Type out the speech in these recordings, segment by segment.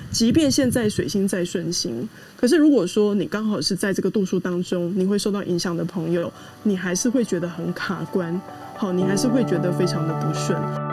即便现在水星在顺行，可是如果说你刚好是在这个度数当中，你会受到影响的朋友，你还是会觉得很卡关，好，你还是会觉得非常的不顺。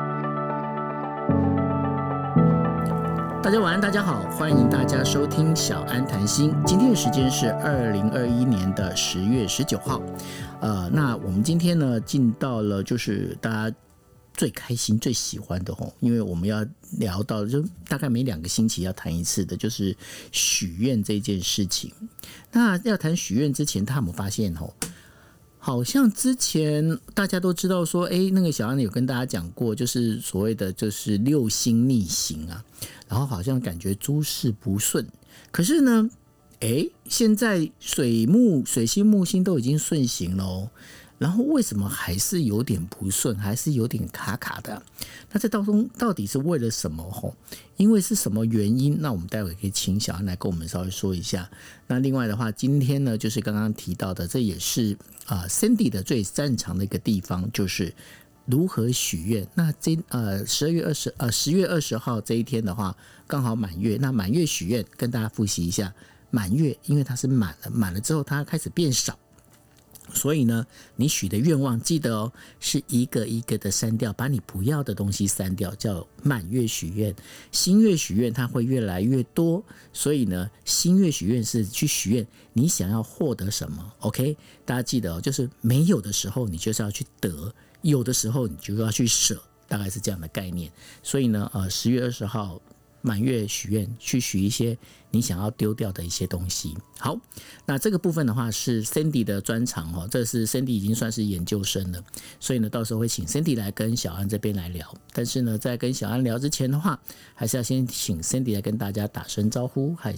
大家晚安，大家好，欢迎大家收听小安谈心。今天的时间是2021年的10月19号。那我们今天呢，进到了就是大家最开心、最喜欢的吼，因为我们要聊到就大概每2个星期要谈一次的，就是许愿这件事情。那要谈许愿之前，大家有没有发现吼？好像之前大家都知道说，那个小安有跟大家讲过，就是所谓的就是6星逆行啊，然后好像感觉诸事不顺。可是呢，现在水星木星都已经顺行了哦，然后为什么还是有点不顺，还是有点卡卡的？那这当中到底是为了什么？因为是什么原因？那我们待会可以请小安来跟我们稍微说一下。那另外的话，今天呢，就是刚刚提到的，这也是Cindy 的最擅长的一个地方，就是如何许愿。那10月20号这一天的话，刚好满月。那满月许愿，跟大家复习一下。满月，因为它是满了之后，它开始变少。所以呢，你许的愿望记得哦，是一个一个的删掉，把你不要的东西删掉，叫满月许愿。新月许愿它会越来越多，所以呢，新月许愿是去许愿你想要获得什么 ，OK？ 大家记得哦，就是没有的时候你就是要去得，有的时候你就要去舍，大概是这样的概念。所以呢，10月20号。满月许愿，去许一些你想要丢掉的一些东西。好，那这个部分的话是 Cindy 的专长哦，这是 Cindy 已经算是研究生了，所以呢，到时候会请 Cindy 来跟小安这边来聊。但是呢，在跟小安聊之前的话，还是要先请 Cindy 来跟大家打声招呼。嗨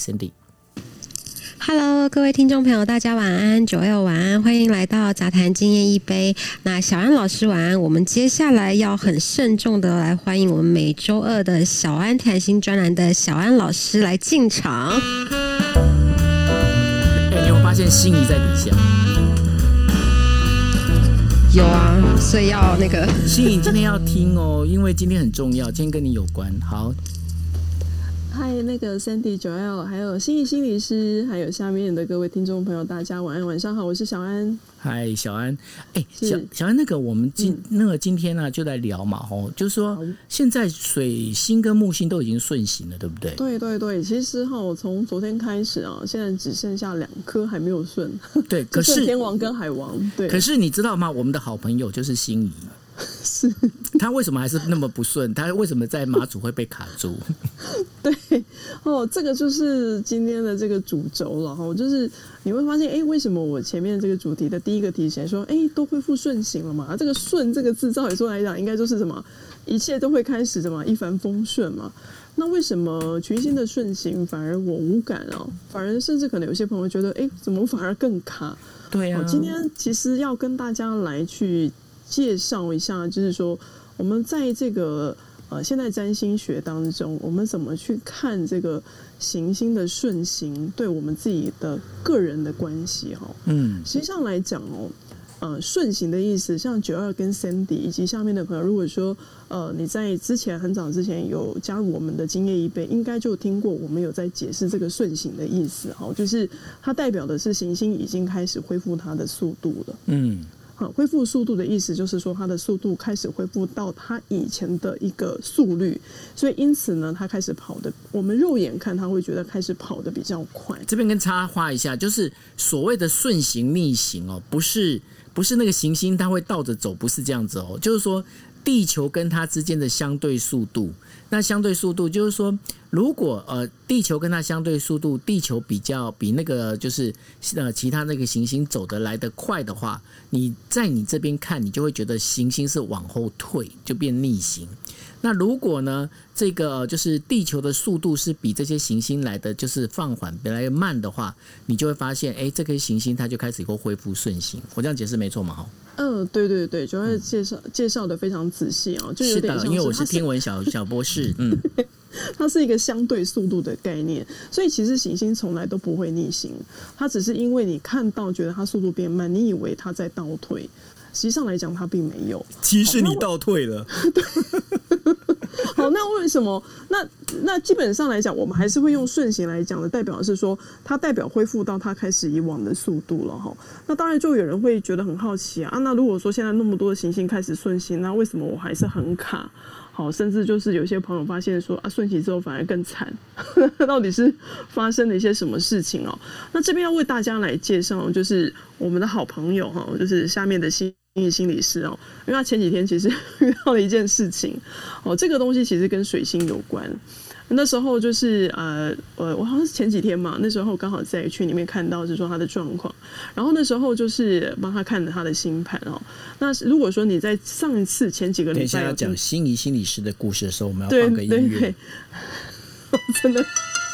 ，Cindy。Hello， 各位听众朋友，大家晚安，9L晚安，欢迎来到杂谈今夜一杯。那小安老师晚安，我们接下来要很慎重的来欢迎我们每周2的小安谈心专栏的小安老师来进场。 你有发现心仪在底下？ 有啊，所以要那个心仪今天要听哦，因为今天很重要，今天跟你有关。好。 嗨，那个 Sandy 9L， 还有心仪心理师，还有下面的各位听众朋友，大家晚安，晚上好，我是小安。 嗨，小安，小安，那个我们今天呢就来聊嘛，就是说现在水星跟木星都已经顺行了，对不对？ 对对对，其实从昨天开始啊，现在只剩下2颗还没有顺。 对，可是天王跟海王，对。 可是你知道吗？我们的好朋友就是心仪。 是他为什么还是那么不顺？他为什么在马祖会被卡住？ 对这个就是今天的这个主轴了就是你会发现，为什么我前面这个主题的第一个题写说，都恢复顺行了嘛？这个顺这个字，照理说来讲，应该就是什么，一切都会开始什么一帆风顺嘛。那为什么群星的顺行反而我无感反而甚至可能有些朋友觉得，怎么反而更卡？ 对啊， 今天其实要跟大家来去介绍一下，就是说我们在这个现在占星学当中，我们怎么去看这个行星的顺行对我们自己的个人的关系实际上来讲顺行的意思，像9L跟 Sandy 以及下面的朋友，如果说你在很早之前有加入我们的今夜一杯，应该就听过我们有在解释这个顺行的意思就是它代表的是行星已经开始恢复它的速度了。恢复速度的意思就是说，它的速度开始恢复到它以前的一个速率，所以因此呢，它开始跑的，我们肉眼看它会觉得开始跑的比较快。 这边跟插话一下，就是所谓的顺行逆行不是那个行星它会倒着走，不是这样子就是说地球跟它之间的相对速度。那相对速度就是说，如果地球跟它相对速度，地球比那个就是其他那个行星走得来得快的话，你在你这边看，你就会觉得行星是往后退，就变逆行。那如果呢，这个就是地球的速度是比这些行星来的就是放缓，本来慢的话，你就会发现，这颗行星它就开始恢复顺行。我这样解释没错吗？ 对对对，就会介绍的非常仔细就有点像是的，因为我是天文小博士， 它是一个相对速度的概念，所以其实行星从来都不会逆行，它只是因为你看到觉得它速度变慢，你以为它在倒退，实际上来讲它并没有。 其实你倒退了。 好，那为什么？那基本上来讲，我们还是会用顺行来讲的，代表是说它代表恢复到它开始以往的速度了哈。那当然就有人会觉得很好奇啊，那如果说现在那么多的行星开始顺行，那为什么我还是很卡？好，甚至就是有些朋友发现说啊，顺行之后反而更惨，到底是发生了一些什么事情哦？那这边要为大家来介绍，就是我们的好朋友哈，就是下面的心理师哦，因为他前几天其实遇到了一件事情哦，这个东西其实跟水星有关。那时候就是我好像是前几天嘛，那时候刚好在群里面看到是说他的状况，然后那时候就是帮他看了他的星盘哦。那如果说你在上一次前几个礼拜， 等一下要讲心理师的故事的时候，我们要放个音乐， 对真的。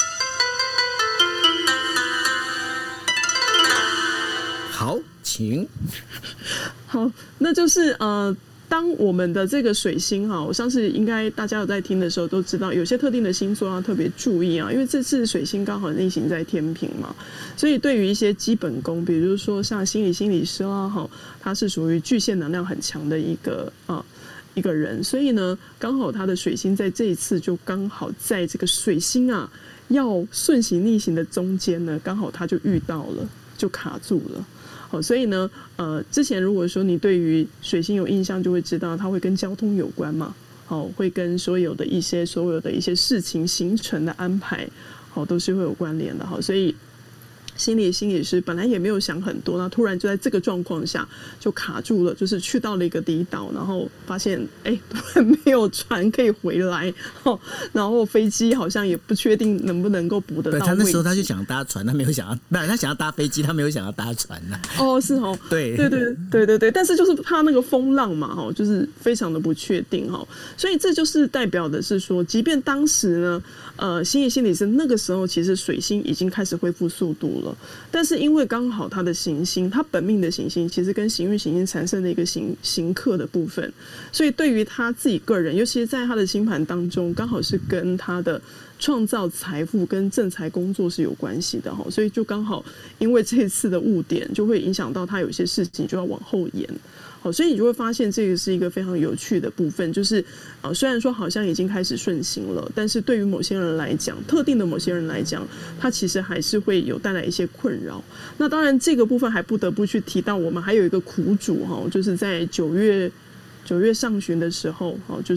好，请。 好，那就是当我们的这个水星哈，我相信应该大家有在听的时候都知道，有些特定的星座要特别注意啊，因为这次水星刚好逆行在天平嘛，所以对于一些基本功，比如说像心理师啦哈，他是属于巨蟹能量很强的一个人，所以呢，刚好他的水星在这一次就刚好在这个水星啊要顺行逆行的中间呢，刚好他就遇到了，就卡住了。所以呢，之前如果说你对于水星有印象，就会知道它会跟交通有关嘛，会跟所有的一些事情行程的安排，都是会有关联的，所以。心理师本来也没有想很多，那突然就在这个状况下就卡住了，就是去到了一个离岛，然后发现突然没有船可以回来，然后飞机好像也不确定能不能够补得到位置。 他那时候他就想搭船，他没有想要，不然他想要搭飞机，他没有想要搭船呐。 哦，是哦，对，但是就是怕那个风浪嘛，就是非常的不确定，所以这就是代表的是说，即便当时呢，心理师那个时候其实水星已经开始恢复速度了。但是因为刚好他的行星，他本命的行星其实跟行运行星产生的一个刑克的部分，所以对于他自己个人，尤其是在他的星盘当中，刚好是跟他的创造财富跟正财工作是有关系的，所以就刚好因为这次的误点，就会影响到他有些事情就要往后延。所以你就会发现这个是一个非常有趣的部分，就是虽然说好像已经开始顺行了，但是对于某些人来讲，特定的某些人来讲，它其实还是会有带来一些困扰。那当然这个部分还不得不去提到，我们还有一个苦主就是在9月上旬的时候，就是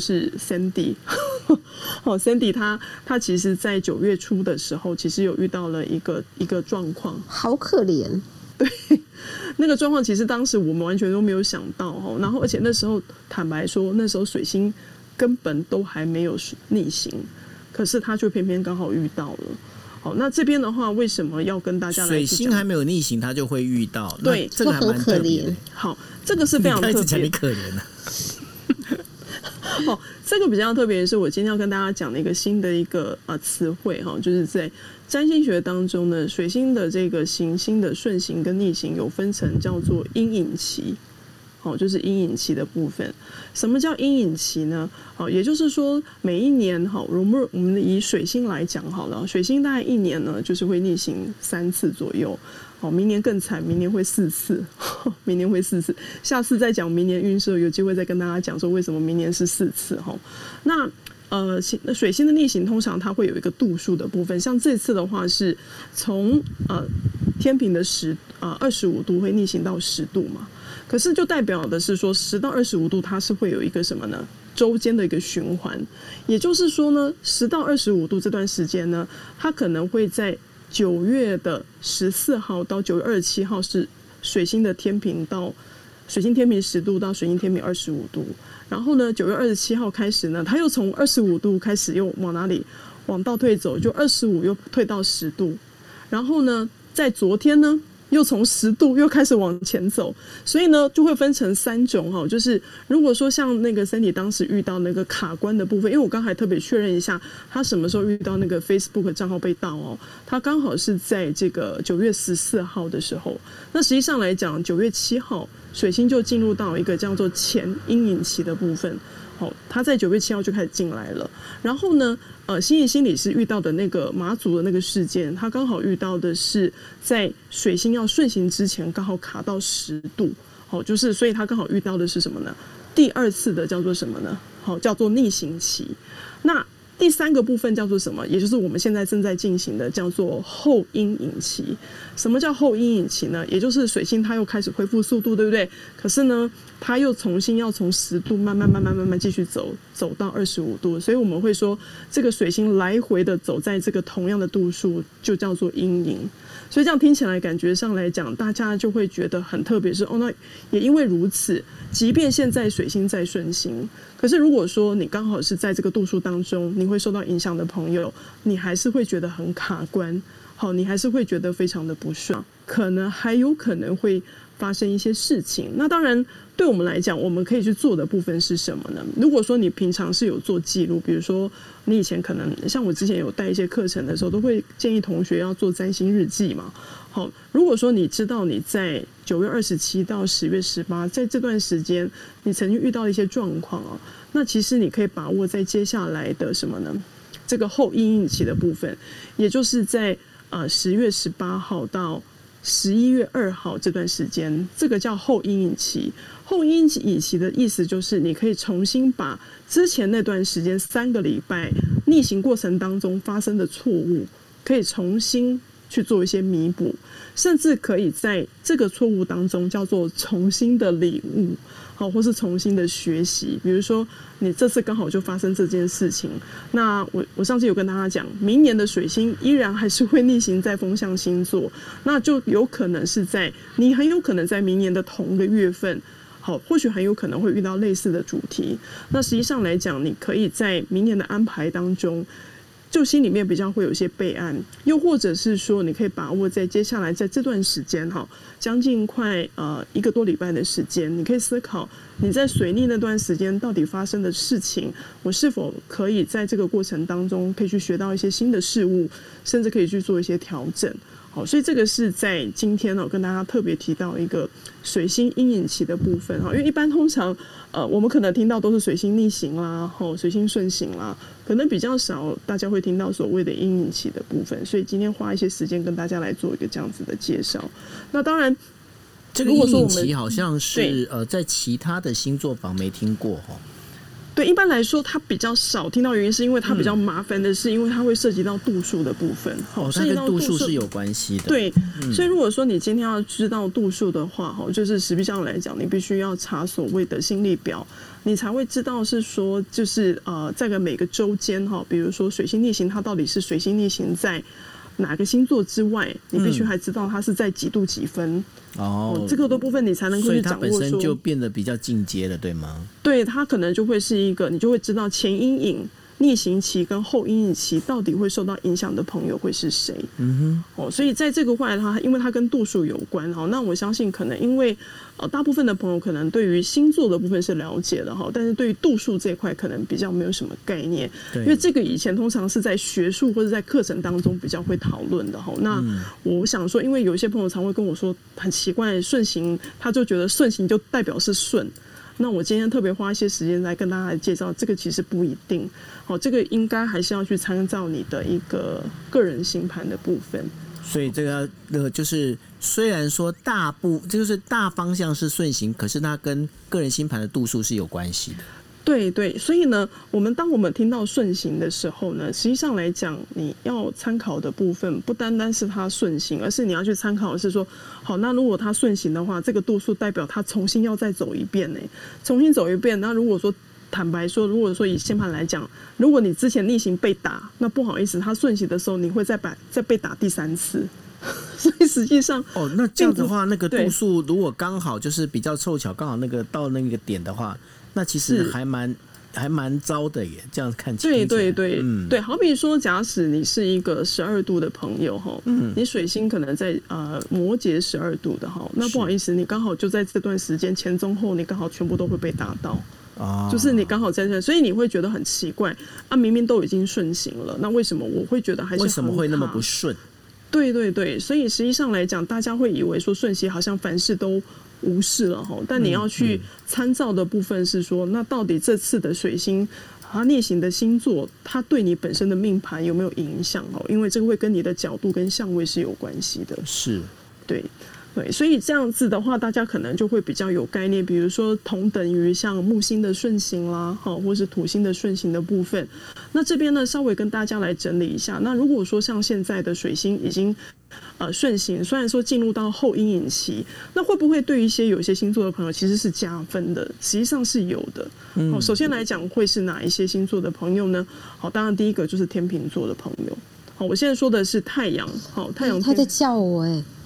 Sandy，Sandy 他其实在9月初的时候，其实有遇到了一个状况， 好可怜。 对，那个状况其实当时我们完全都没有想到，然后而且那时候坦白说，那时候水星根本都还没有逆行，可是他就偏偏刚好遇到了。好，那这边的话，为什么要跟大家来水星还没有逆行，他就会遇到？ 对， 这个还蛮特别的。 好，这个是非常特别。 你可怜啊。 哦，这个比较特别的是，我今天要跟大家讲的一个新的一个词汇哈，就是在占星学当中呢，水星的这个行星的顺行跟逆行有分成叫做阴影期。就是阴影期的部分。什么叫阴影期呢？也就是说每一年我们以水星来讲好了，水星大概一年呢就是会逆行3次左右。明年更惨，明年会4次，明年会4次。下次再讲明年运势，有机会再跟大家讲说为什么明年是4次。那水星的逆行通常它会有一个度数的部分，像这次的话是从天平的25度会逆行到10度嘛。可是就代表的是说10到25度它是会有一个什么呢？周间的一个循环，也就是说呢10到25度这段时间呢，它可能会在9月的14号到9月27号是水星的天平到水星天平10度到水星天平25度，然后呢9月27号开始呢，它又从25度开始又往哪里往倒退走，就25又退到10度，然后呢在昨天呢又从10度又开始往前走，所以呢就会分成3种就是如果说像那个 Sandy 当时遇到那个卡关的部分，因为我刚才特别确认一下他什么时候遇到那个 Facebook 账号被盗他刚好是在这个9月14号的时候，那实际上来讲9月7号水星就进入到一个叫做前阴影期的部分，他在9月7号就开始进来了，然后呢心理师遇到的那个马祖的那个事件，他刚好遇到的是在水星要顺行之前刚好卡到10度，就是所以他刚好遇到的是什么呢？第2次的叫做什么呢？ 好，叫做逆行期。那第3个部分叫做什么？也就是我们现在正在进行的，叫做后阴影期。什么叫后阴影期呢？也就是水星它又开始恢复速度，对不对？可是呢，它又重新要从10度慢慢继续走到25度，所以我们会说，这个水星来回的走在这个同样的度数，就叫做阴影。所以这样听起来，感觉上来讲，大家就会觉得很特别，是哦，那也因为如此，即便现在水星在顺行，可是如果说你刚好是在这个度数当中，你会受到影响的朋友，你还是会觉得很卡关，好，你还是会觉得非常的不顺，还有可能会发生一些事情。那当然，对我们来讲，我们可以去做的部分是什么呢？如果说你平常是有做记录，比如说你以前可能像我之前有带一些课程的时候，都会建议同学要做占星日记嘛。好，如果说你知道你在9月27到10月18在这段时间，你曾经遇到一些状况哦，那其实你可以把握在接下来的什么呢？这个后阴影期的部分，也就是在10月18号到11月2号这段时间，这个叫后阴影期。后阴影期的意思就是你可以重新把之前那段时间3个礼拜逆行过程当中发生的错误，可以重新去做一些弥补，甚至可以在这个错误当中叫做重新的领悟，好，或是重新的学习。比如说你这次刚好就发生这件事情，那我上次有跟大家讲，明年的水星依然还是会逆行在风象星座，那就有可能是你很有可能在明年的同个月份，好，或许很有可能会遇到类似的主题。那实际上来讲，你可以在明年的安排当中，就心里面比较会有一些备案，又或者是说，你可以把握在接下来在这段时间哈，将近快1个多礼拜的时间，你可以思考你在水逆那段时间到底发生的事情，我是否可以在这个过程当中可以去学到一些新的事物，甚至可以去做一些调整。好，所以这个是在今天呢，跟大家特别提到一个水星阴影期的部分哈，因为一般通常我们可能听到都是水星逆行啦，水星顺行啦，可能比较少大家会听到所谓的阴影期的部分，所以今天花一些时间跟大家来做一个这样子的介绍。那当然， 这个阴影期好像是在其他的星座坊没听过哈。 对，一般来说它比较少听到，原因是因为它比较麻烦的是，因为它会涉及到度数的部分。 它跟度数是有关系的。 对，所以如果说你今天要知道度数的话，就是实际上来讲，你必须要查所谓的星历表，你才会知道是说，就是在每个周间哈，比如说水星逆行，它到底是水星逆行在哪个星座之外，你必须还知道它是在几度几分。这个的部分你才能够去掌握， 所以它本身就变得比较进阶了，对吗？ 对，它可能就会是一个，你就会知道前阴影、逆行期跟后阴影期到底会受到影响的朋友会是谁。所以在这个话它因为它跟度数有关，那我相信可能因为大部分的朋友可能对于星座的部分是了解的，但是对于度数这一块可能比较没有什么概念，因为这个以前通常是在学术或者在课程当中比较会讨论的。那我想说，因为有一些朋友常会跟我说很奇怪，顺行他就觉得顺行就代表是顺，那我今天特别花一些时间来跟大家来介绍，这个其实不一定。这个应该还是要去参照你的一个个人星盘的部分。 所以这个就是虽然说就是大方向是顺行，可是它跟个人星盘的度数是有关系的。 对对，所以呢，当我们听到顺行的时候呢，实际上来讲，你要参考的部分不单单是它顺行，而是你要去参考的是说，好，那如果它顺行的话，这个度数代表它重新要再走一遍呢，重新走一遍。那如果说坦白说，如果说以星盘来讲，如果你之前逆行被打，那不好意思，它顺行的时候你会再被打第3次。所以实际上那这样的话，那个度数如果刚好就是比较凑巧，刚好那个到那个点的话，那其实还蛮糟的耶。这样看起来， 对，好比说，假使你是一个12度的朋友你水星可能在摩羯12度的那不好意思，你刚好就在这段时间前中后，你刚好全部都会被打到。就是你刚好在这，所以你会觉得很奇怪明明都已经顺行了，那为什么我会觉得还是为什么会那么不顺？ 对对对，所以实际上来讲，大家会以为说顺行好像凡事都无视了但你要去参照的部分是说，那到底这次的水星它逆行的星座，它对你本身的命盘有没有影响因为这个会跟你的角度跟相位是有关系的。 是， 对。 对，所以这样子的话，大家可能就会比较有概念，比如说同等于像木星的顺行啦，或是土星的顺行的部分。那这边呢，稍微跟大家来整理一下。那如果说像现在的水星已经顺行，虽然说进入到后阴影期，那会不会对一些有些星座的朋友其实是加分的？实际上是有的。首先来讲，会是哪一些星座的朋友呢？好，当然第一个就是天秤座的朋友。好，我现在说的是太阳。好，太阳他在叫我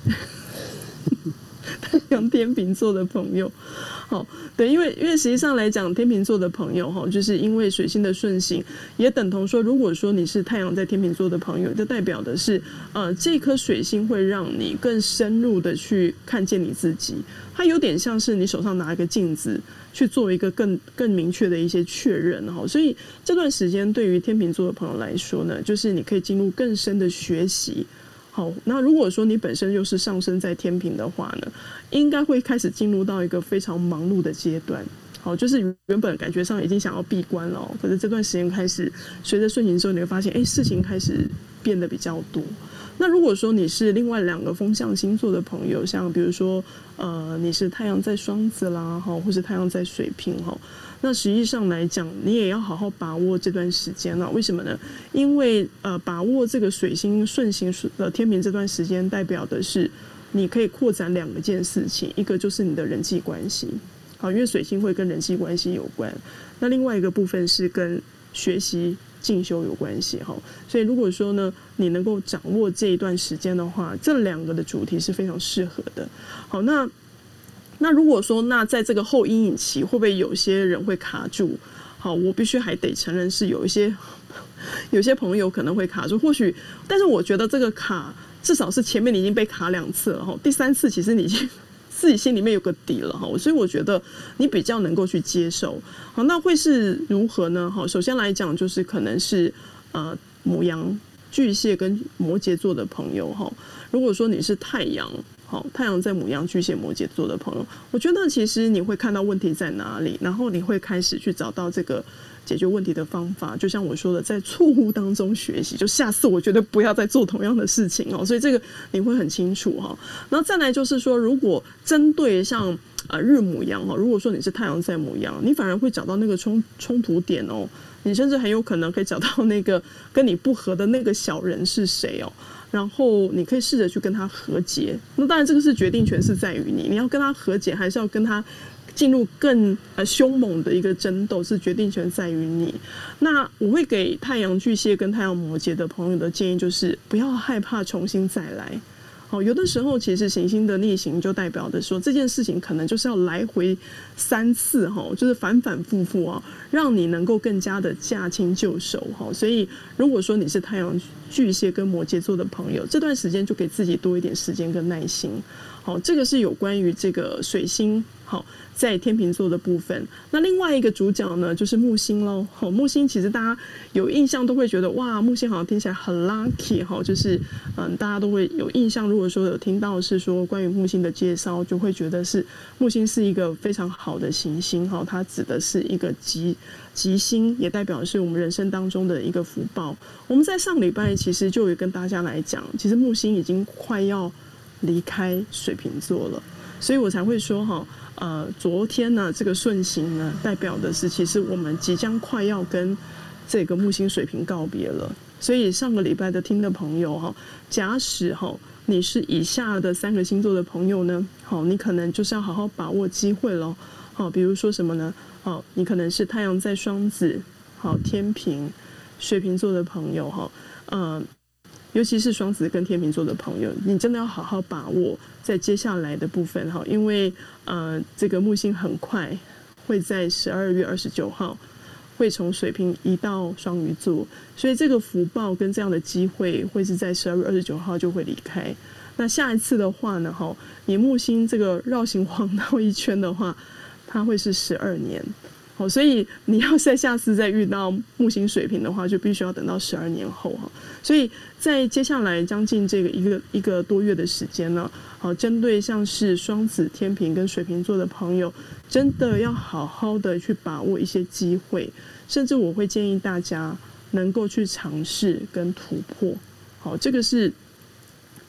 太阳天秤座的朋友，好，对，因为实际上来讲，天秤座的朋友哈，就是因为水星的顺行，也等同说，如果说你是太阳在天秤座的朋友，就代表的是，这颗水星会让你更深入的去看见你自己，它有点像是你手上拿一个镜子去做一个更明确的一些确认哈，所以这段时间对于天秤座的朋友来说呢，就是你可以进入更深的学习。好，那如果说你本身又是上升在天秤的话呢，应该会开始进入到一个非常忙碌的阶段。好，就是原本感觉上已经想要闭关了，可是这段时间开始，随着顺行之后，你会发现，事情开始变得比较多。那如果说你是另外2个风象星座的朋友，像比如说，你是太阳在双子啦，或是太阳在水瓶哈。那实际上来讲，你也要好好把握这段时间了。为什么呢？因为把握这个水星顺行天秤这段时间，代表的是你可以扩展2件事情，一个就是你的人际关系，好，因为水星会跟人际关系有关。那另外一个部分是跟学习进修有关系哈。所以如果说呢，你能够掌握这一段时间的话，这2个的主题是非常适合的。好，那如果说那在这个后阴影期，会不会有些人会卡住？好，我必须还得承认是有些朋友可能会卡住，或许，但是我觉得这个卡至少是前面你已经被卡2次了哈，第3次其实你已经自己心里面有个底了哈，所以我觉得你比较能够去接受。好，那会是如何呢？好，首先来讲就是可能是牡羊、巨蟹跟摩羯座的朋友哈，如果说你是太阳。好，太阳在牡羊、巨蟹、摩羯座的朋友，我觉得其实你会看到问题在哪里，然后你会开始去找到这个解决问题的方法。就像我说的，在错误当中学习，就下次我觉得不要再做同样的事情哦。所以这个你会很清楚哈。然后再来就是说，如果针对像日牡羊哈，如果说你是太阳在牡羊，你反而会找到那个冲突点哦。你甚至很有可能可以找到那个跟你不合的那个小人是谁哦，然后你可以试着去跟他和解。那当然这个是决定权是在于你要跟他和解，还是要跟他进入更凶猛的一个争斗，是决定权在于你。那我会给太阳巨蟹跟太阳摩羯的朋友的建议就是不要害怕重新再来。好，有的时候其实行星的逆行就代表的说这件事情可能就是要来回3次哈，就是反反复复啊，让你能够更加的驾轻就熟哈。所以如果说你是太阳巨蟹跟摩羯座的朋友，这段时间就给自己多一点时间跟耐心。好，这个是有关于这个水星好在天秤座的部分。那另外一个主角呢，就是木星咯。好，木星其实大家有印象都会觉得哇，木星好像听起来很 lucky 哈，就是大家都会有印象。如果说有听到是说关于木星的介绍，就会觉得是木星是一个非常好的行星哈，它指的是一个吉星，也代表是我们人生当中的一个福报。我们在上礼拜其实就有跟大家来讲，其实木星已经快要离开水瓶座了，所以我才会说哈，昨天呢这个顺行呢，代表的是其实我们即将快要跟这个木星水瓶告别了。所以上个礼拜的听的朋友哈，假使哈你是以下的3个星座的朋友呢，好，你可能就是要好好把握机会咯。好，比如说什么呢？好，你可能是太阳在双子、好天秤、水瓶座的朋友哈，尤其是双子跟天秤座的朋友，你真的要好好把握在接下来的部分哈，因为这个木星很快会在12月29号会从水瓶移到双鱼座，所以这个福报跟这样的机会会是在12月29号就会离开。那下一次的话呢，你木星这个绕行黄道一圈的话，它会是12年。好，所以你要在下次再遇到木星水瓶的话，就必须要等到12年后哈。所以在接下来将近这个一个多月的时间呢，好，针对像是双子、天秤跟水瓶座的朋友，真的要好好的去把握一些机会，甚至我会建议大家能够去尝试跟突破。好，这个是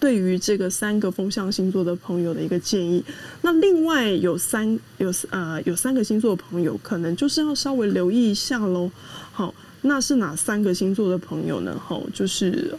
对于这个3个风象星座的朋友的一个建议。那另外有3个星座的朋友，可能就是要稍微留意一下咯。好，那是哪3个星座的朋友呢？好，就是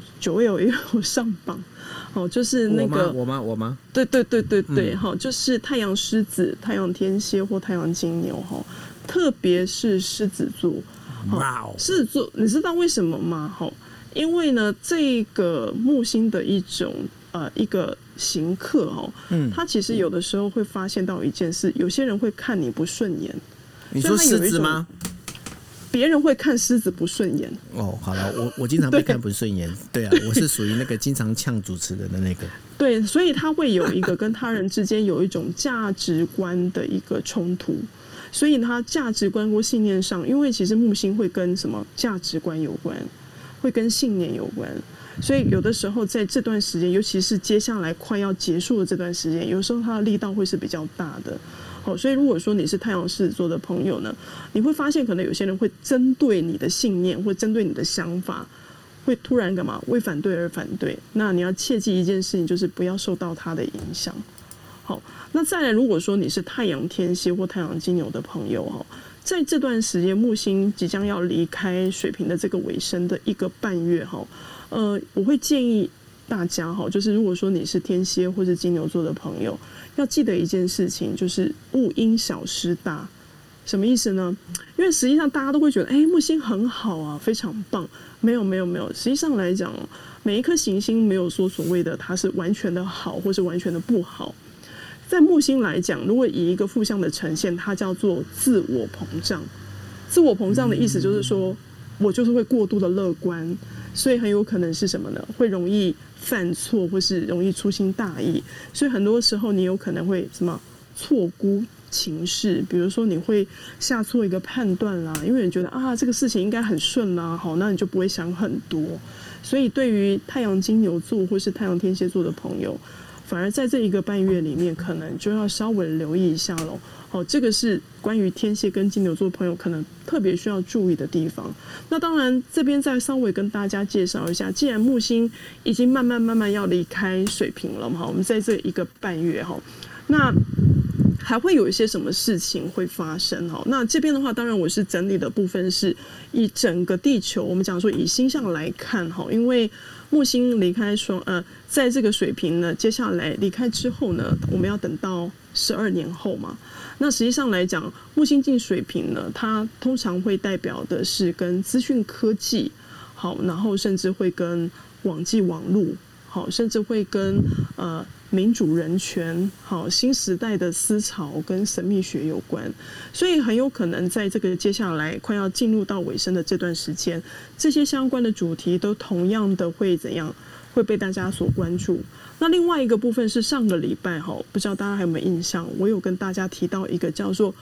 9月也有上榜。好，就是那个我吗？ 对，好，就是太阳狮子、太阳天蝎或太阳金牛哈，特别是狮子座。 哇哦， 狮子座，你知道为什么吗？好。因为呢，这个木星的一个刑克哦，它其实有的时候会发现到一件事，有些人会看你不顺眼。 你说狮子吗？ 别人会看狮子不顺眼。 哦，好了，我经常被看不顺眼。对啊，我是属于那个经常呛主持人的那个。 对，所以他会有一个跟他人之间有一种价值观的一个冲突。所以他价值观或信念上，因为其实木星会跟什么价值观有关。会跟信念有关，所以有的时候在这段时间，尤其是接下来快要结束的这段时间，有时候它的力道会是比较大的。好，所以如果说你是太阳狮子座的朋友呢，你会发现可能有些人会针对你的信念或针对你的想法，会突然干嘛为反对而反对。那你要切记一件事情，就是不要受到他的影响。好，那再来，如果说你是太阳天蝎或太阳金牛的朋友哈。在这段时间，木星即将要离开水瓶的这个尾声的1个半月哈，我会建议大家哈，就是如果说你是天蝎或是金牛座的朋友，要记得一件事情，就是勿因小失大。什么意思呢？因为实际上大家都会觉得，木星很好啊，非常棒。没有，实际上来讲，每一颗行星没有说所谓的它是完全的好，或是完全的不好。在木星来讲，如果以一个负向的呈现，它叫做自我膨胀。自我膨胀的意思就是说，我就是会过度的乐观，所以很有可能是什么呢？会容易犯错，或是容易粗心大意。所以很多时候你有可能会什么错估情势，比如说你会下错一个判断啦，因为你觉得这个事情应该很顺啦，好，那你就不会想很多。所以对于太阳金牛座或是太阳天蝎座的朋友，反而在这1个半月里面，可能就要稍微留意一下咯。好，这个是关于天蝎跟金牛座朋友可能特别需要注意的地方。那当然，这边再稍微跟大家介绍一下，既然木星已经慢慢要离开水瓶了嘛，我们在这1个半月哈，那还会有一些什么事情会发生哈？那这边的话，当然我是整理的部分是以整个地球，我们讲说以星象来看哈，因为木星离开在这个水瓶呢，接下来离开之后呢，我们要等到12年后嘛。那实际上来讲，木星进水瓶呢，它通常会代表的是跟资讯科技好，然后甚至会跟网际网路好，甚至会跟民主人权好，新时代的思潮跟神秘学有关，所以很有可能在这个接下来快要进入到尾声的这段时间，这些相关的主题都同样的会怎样会被大家所关注。那另外一个部分是上个礼拜不知道大家还有没有印象，我有跟大家提到一个叫做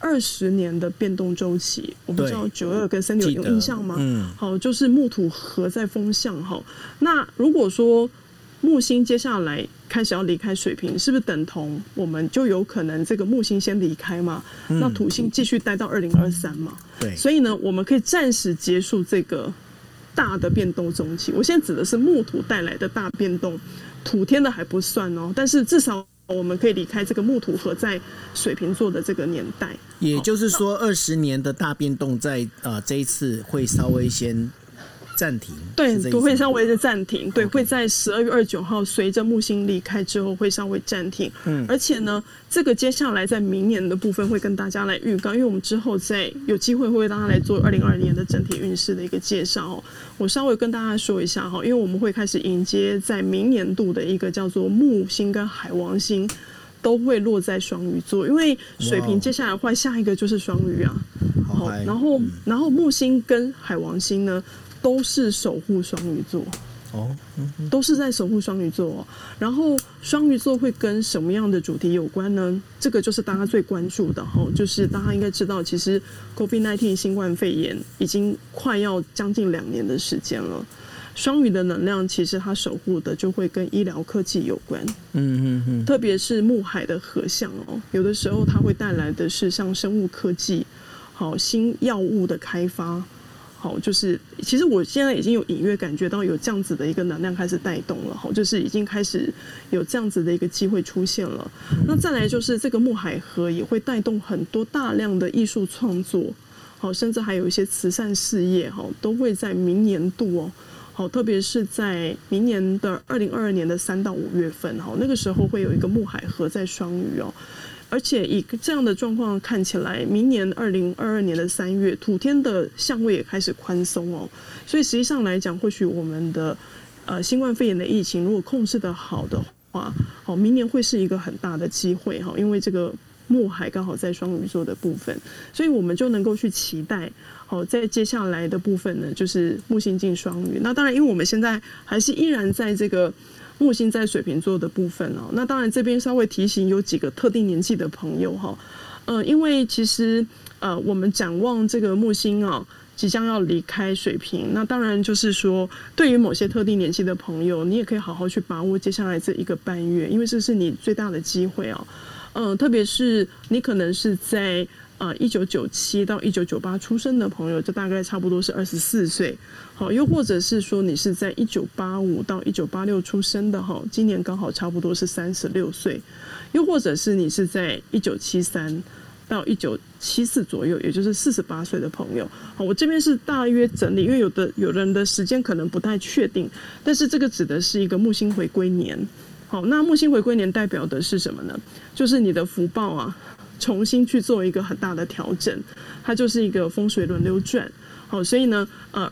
20年的变动周期，我不知道92跟36有印象吗？好，就是木土合在风向那如果说木星接下来开始要离开水瓶，是不是等同我们就有可能这个木星先离开嘛？那土星继续待到2023嘛？ 对， 所以呢，我们可以暂时结束这个大的变动周期。我现在指的是木土带来的大变动，土天的还不算哦，但是至少我们可以离开这个木土合在水瓶座的这个年代。 也就是说，20年的大变动在这一次会稍微先暂停， 对，都会稍微的暂停，对，会在12月29号随着木星离开之后会稍微暂停。而且呢，这个接下来在明年的部分会跟大家来预告，因为我们之后再有机会会为大家来做2022年的整体运势的一个介绍我稍微跟大家说一下因为我们会开始迎接在明年度的一个叫做木星跟海王星都会落在双鱼座，因为水瓶接下来换下一个就是双鱼啊。好，然后木星跟海王星呢都是守护双鱼座都是在守护双鱼座然后双鱼座会跟什么样的主题有关呢？这个就是大家最关注的就是大家应该知道，其实 COVID-19 新冠肺炎已经快要将近2年的时间了。双鱼的能量其实它守护的就会跟医疗科技有关，特别是木海的合相有的时候它会带来的是像生物科技、新药物的开发， 好，就是其实我现在已经有隐约感觉到有这样子的一个能量开始带动了，好，就是已经开始有这样子的一个机会出现了。那再来就是这个木海河也会带动很多大量的艺术创作，好，甚至还有一些慈善事业，好，都会在明年度哦。好，特别是在明年的2022年的3到5月份，好，那个时候会有一个木海河在双鱼哦，而且以这样的状况看起来，明年2022年的3月，土天的相位也开始宽松哦，所以实际上来讲，或许我们的新冠肺炎的疫情如果控制得好的话，好，明年会是一个很大的机会哈，因为这个木海刚好在双鱼座的部分，所以我们就能够去期待。好，在接下来的部分呢，就是木星进双鱼。那当然，因为我们现在还是依然在这个木星在水瓶座的部分哦。那当然，这边稍微提醒有几个特定年纪的朋友哈，因为其实我们展望这个木星啊，即将要离开水瓶，那当然就是说，对于某些特定年纪的朋友，你也可以好好去把握接下来这1个半月，因为这是你最大的机会哦。特别是你可能是在1997到1998出生的朋友，这大概差不多是24岁。好，又或者是说你是在1985到1986出生的哈，今年刚好差不多是36岁。又或者是你是在1973到1974左右，也就是48岁的朋友。好，我这边是大约整理，因为有人的时间可能不太确定，但是这个指的是一个木星回归年。好，那木星回归年代表的是什么呢？就是你的福报啊，重新去做一个很大的调整，它就是一个风水轮流转。好，所以呢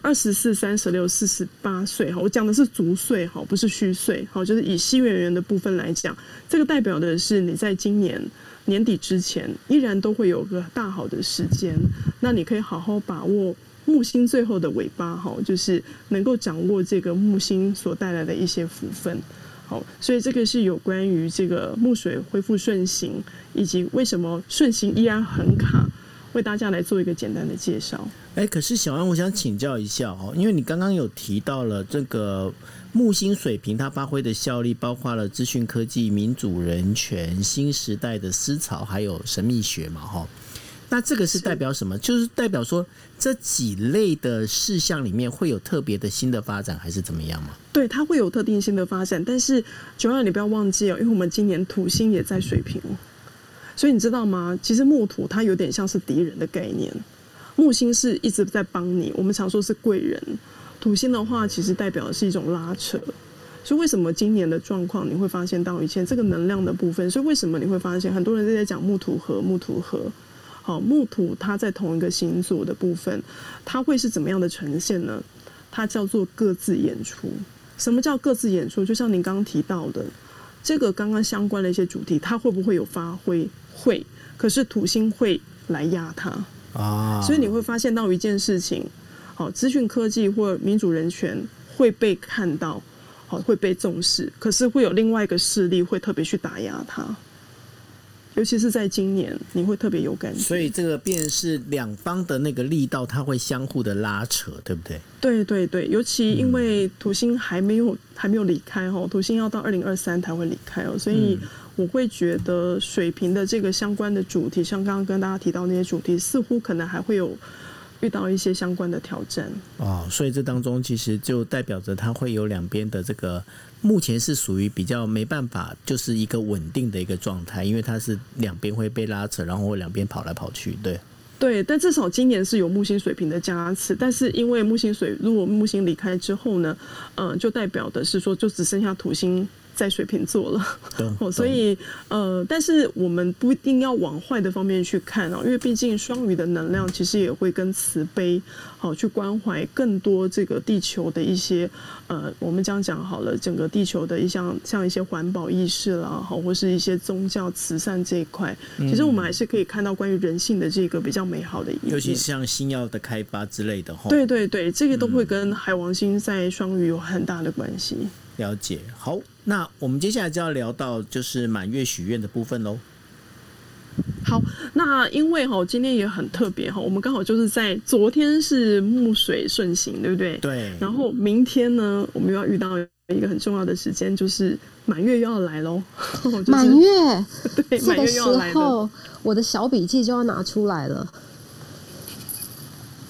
，24、36、48岁，我讲的是足岁，不是虚岁。好，就是以西元的部分来讲，这个代表的是你在今年年底之前，依然都会有个大好的时间，那你可以好好把握木星最后的尾巴，就是能够掌握这个木星所带来的一些福分。好，所以这个是有关于这个木水恢复顺行，以及为什么顺行依然很卡，为大家来做一个简单的介绍。 可是小安，我想请教一下哦，因为你刚刚有提到了这个木星水瓶，它发挥的效力包括了资讯科技、民主人权、新时代的思潮，还有神秘学嘛，哈。那这个是代表什么？就是代表说这几类的事项里面会有特别的新的发展，还是怎么样吗？ 对，它会有特定性的发展，但是Joanna你不要忘记哦，因为我们今年土星也在水瓶，所以你知道吗？其实木土它有点像是敌人的概念，木星是一直在帮你，我们常说是贵人，土星的话其实代表的是一种拉扯。所以为什么今年的状况你会发现到以前这个能量的部分？所以为什么你会发现很多人在讲木土合，木土合？好，木土它在同一个星座的部分，它会是怎么样的呈现呢？它叫做各自演出。什么叫各自演出？就像您刚刚提到的，这个刚刚相关的一些主题，它会不会有发挥？会，可是土星会来压它啊。所以你会发现到一件事情，好，资讯科技或民主人权会被看到，好，会被重视，可是会有另外一个势力会特别去打压它。尤其是在今年，你会特别有感觉。 所以这个便是两方的那个力道，它会相互的拉扯，对不对？ 对对对，尤其因为土星还没有离开哦，土星要到2023才会离开哦，所以我会觉得水瓶的这个相关的主题，像刚刚跟大家提到那些主题，似乎可能还会有遇到一些相关的挑战哦，所以这当中其实就代表着它会有两边的这个。目前是属于比较没办法，就是一个稳定的一个状态，因为它是两边会被拉扯，然后两边跑来跑去，对。 对，但至少今年是有木星水瓶的加持，但是因为如果木星离开之后呢，就代表的是说，就只剩下土星在水瓶座了，所以但是我们不一定要往坏的方面去看因为毕竟双鱼的能量其实也会跟慈悲去关怀更多这个地球的一些我们这样讲好了，整个地球的像一些环保意识啦，或是一些宗教慈善这一块，其实我们还是可以看到关于人性的这个比较美好的一面， 尤其像新药的开发之类的。 对对对，这个都会跟海王星在双鱼有很大的关系。 了解。好，那我们接下来就要聊到就是满月许愿的部分咯。 好，那因为今天也很特别我们刚好就是在昨天是木水顺行，对不对？ 对。 然后明天呢，我们又要遇到一个很重要的时间，就是满月又要来咯。 满月， 对， 这个时候我的小笔记就要拿出来了。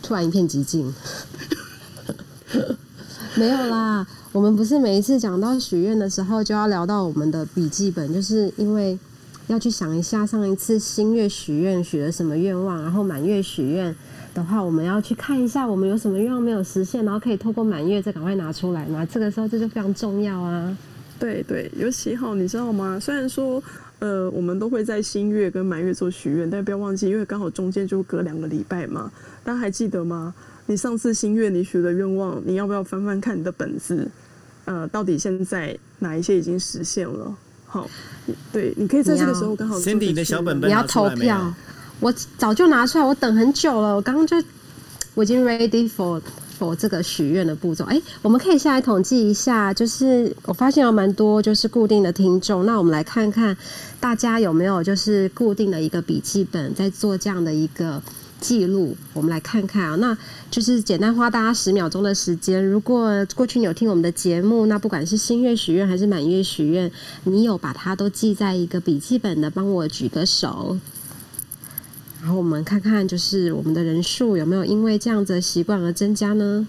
突然一片寂静。没有啦，我们不是每一次讲到许愿的时候就要聊到我们的笔记本，就是因为要去想一下上一次新月许愿许了什么愿望，然后满月许愿的话，我们要去看一下我们有什么愿望没有实现，然后可以透过满月再赶快拿出来嘛。这个时候这就非常重要啊。 对对，尤其你知道吗？虽然说我们都会在新月跟满月做许愿，但不要忘记，因为刚好中间就隔2个礼拜嘛。大家还记得吗？你上次新月你许的愿望，你要不要翻翻看你的本子？到底现在哪一些已经实现了？好，对，你可以在这个时候刚好。 Cindy 的小本本你要投票，我早就拿出来，我等很久了。我刚刚我已经 ready for 这个许愿的步骤。我们可以下来统计一下，就是我发现有蛮多就是固定的听众，那我们来看看大家有没有就是固定的一个笔记本在做这样的一个记录。我们来看看啊，那就是简单花大家10秒钟的时间。如果过去你有听我们的节目，那不管是新月许愿还是满月许愿，你有把它都记在一个笔记本的，帮我举个手。然后我们看看，就是我们的人数有没有因为这样子的习惯而增加呢？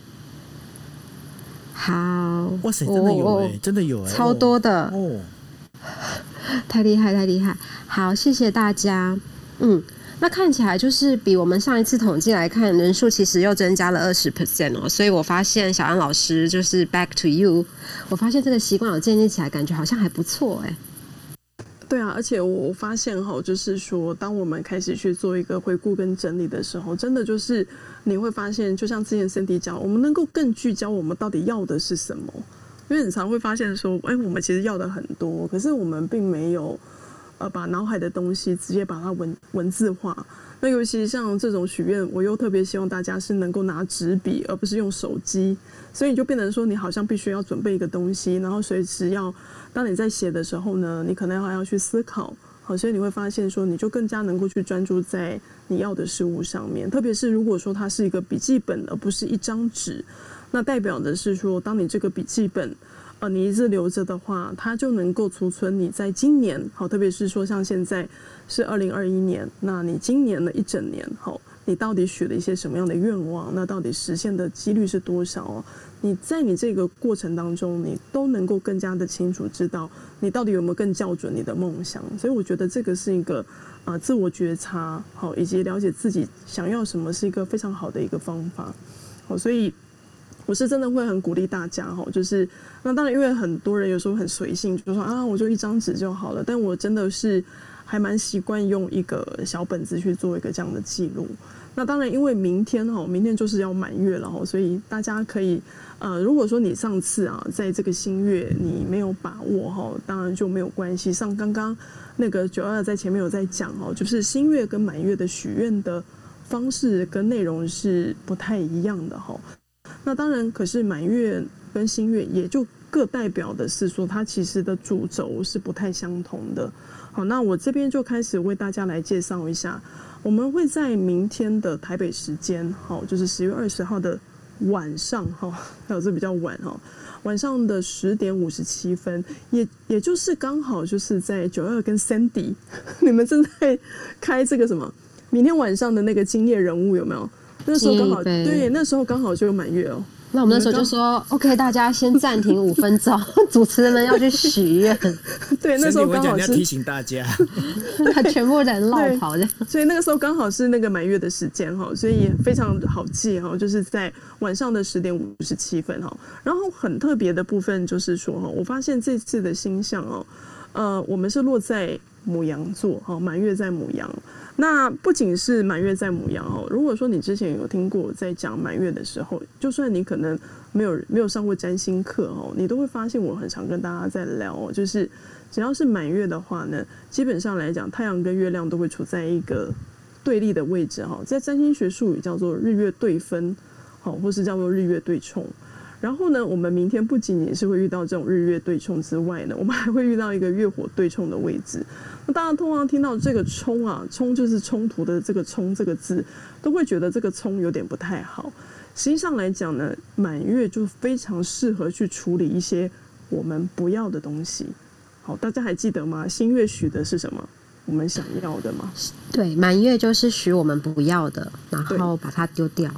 好， 哇塞，真的有真的有超多的太厉害太厉害！好，谢谢大家。那看起来就是比我们上一次统计来看，人数其实又增加了20% 哦。所以我发现小安老师就是 back to you， 我发现这个习惯有建立起来，感觉好像还不错对啊，而且我发现就是说，当我们开始去做一个回顾跟整理的时候，真的就是你会发现，就像之前 Cindy 讲，我们能够更聚焦我们到底要的是什么。因为你常会发现说，我们其实要的很多，可是我们并没有把脑海的东西直接把它文字化。那尤其像这种许愿，我又特别希望大家是能够拿纸笔，而不是用手机。所以你就变成说，你好像必须要准备一个东西，然后随时当你在写的时候呢，你可能还要去思考。好，所以你会发现说，你就更加能够去专注在你要的事物上面。特别是如果说它是一个笔记本，而不是一张纸，那代表的是说，当你这个笔记本你一直留着的话，它就能够储存你在今年，好，特别是说像现在是2021年，那你今年的一整年，好，你到底许了一些什么样的愿望？那到底实现的几率是多少？你在你这个过程当中，你都能够更加的清楚知道你到底有没有更校准你的梦想。所以我觉得这个是一个自我觉察，好，以及了解自己想要什么是一个非常好的一个方法。好，所以我是真的会很鼓励大家就是那当然因为很多人有时候很随性，就说我就一张纸就好了，但我真的是还蛮习惯用一个小本子去做一个这样的记录。那当然因为明天就是要满月了所以大家可以如果说你上次在这个新月你没有把握当然就没有关系。像刚刚那个92在前面有在讲就是新月跟满月的许愿的方式跟内容是不太一样的那当然可是满月跟新月也就各代表的是说它其实的主轴是不太相同的。好，那我这边就开始为大家来介绍一下，我们会在明天的台北时间就是10月20号的晚上还有这比较晚晚上的10点57分，也就是刚好就是在92跟 Cindy 你们正在开这个什么明天晚上的那个今夜人物有没有？那时候刚好对，那时候刚好就有满月那我们那时候就说 OK， 大家先暂停5分钟，主持人们要去许愿。 对，那时候刚好是要提醒大家， 全部人落跑的。 所以那个时候刚好是那个满月的时间所以非常好记就是在晚上的10点57分然后很特别的部分就是说我发现这次的星象我们是落在牡羊座满月在牡羊。那不仅是满月在牡羊如果说你之前有听过我在讲满月的时候，就算你可能没有上过占星课你都会发现我很常跟大家在聊就是只要是满月的话呢，基本上来讲太阳跟月亮都会处在一个对立的位置在占星学术语叫做日月对分或是叫做日月对冲。然后呢，我们明天不仅仅是会遇到这种日月对冲之外呢，我们还会遇到一个月火对冲的位置。那大家通常听到这个冲冲就是冲突的这个冲这个字，都会觉得这个冲有点不太好。实际上来讲呢，满月就非常适合去处理一些我们不要的东西。好，大家还记得吗？新月许的是什么？我们想要的吗？ 对，满月就是许我们不要的，然后把它丢掉。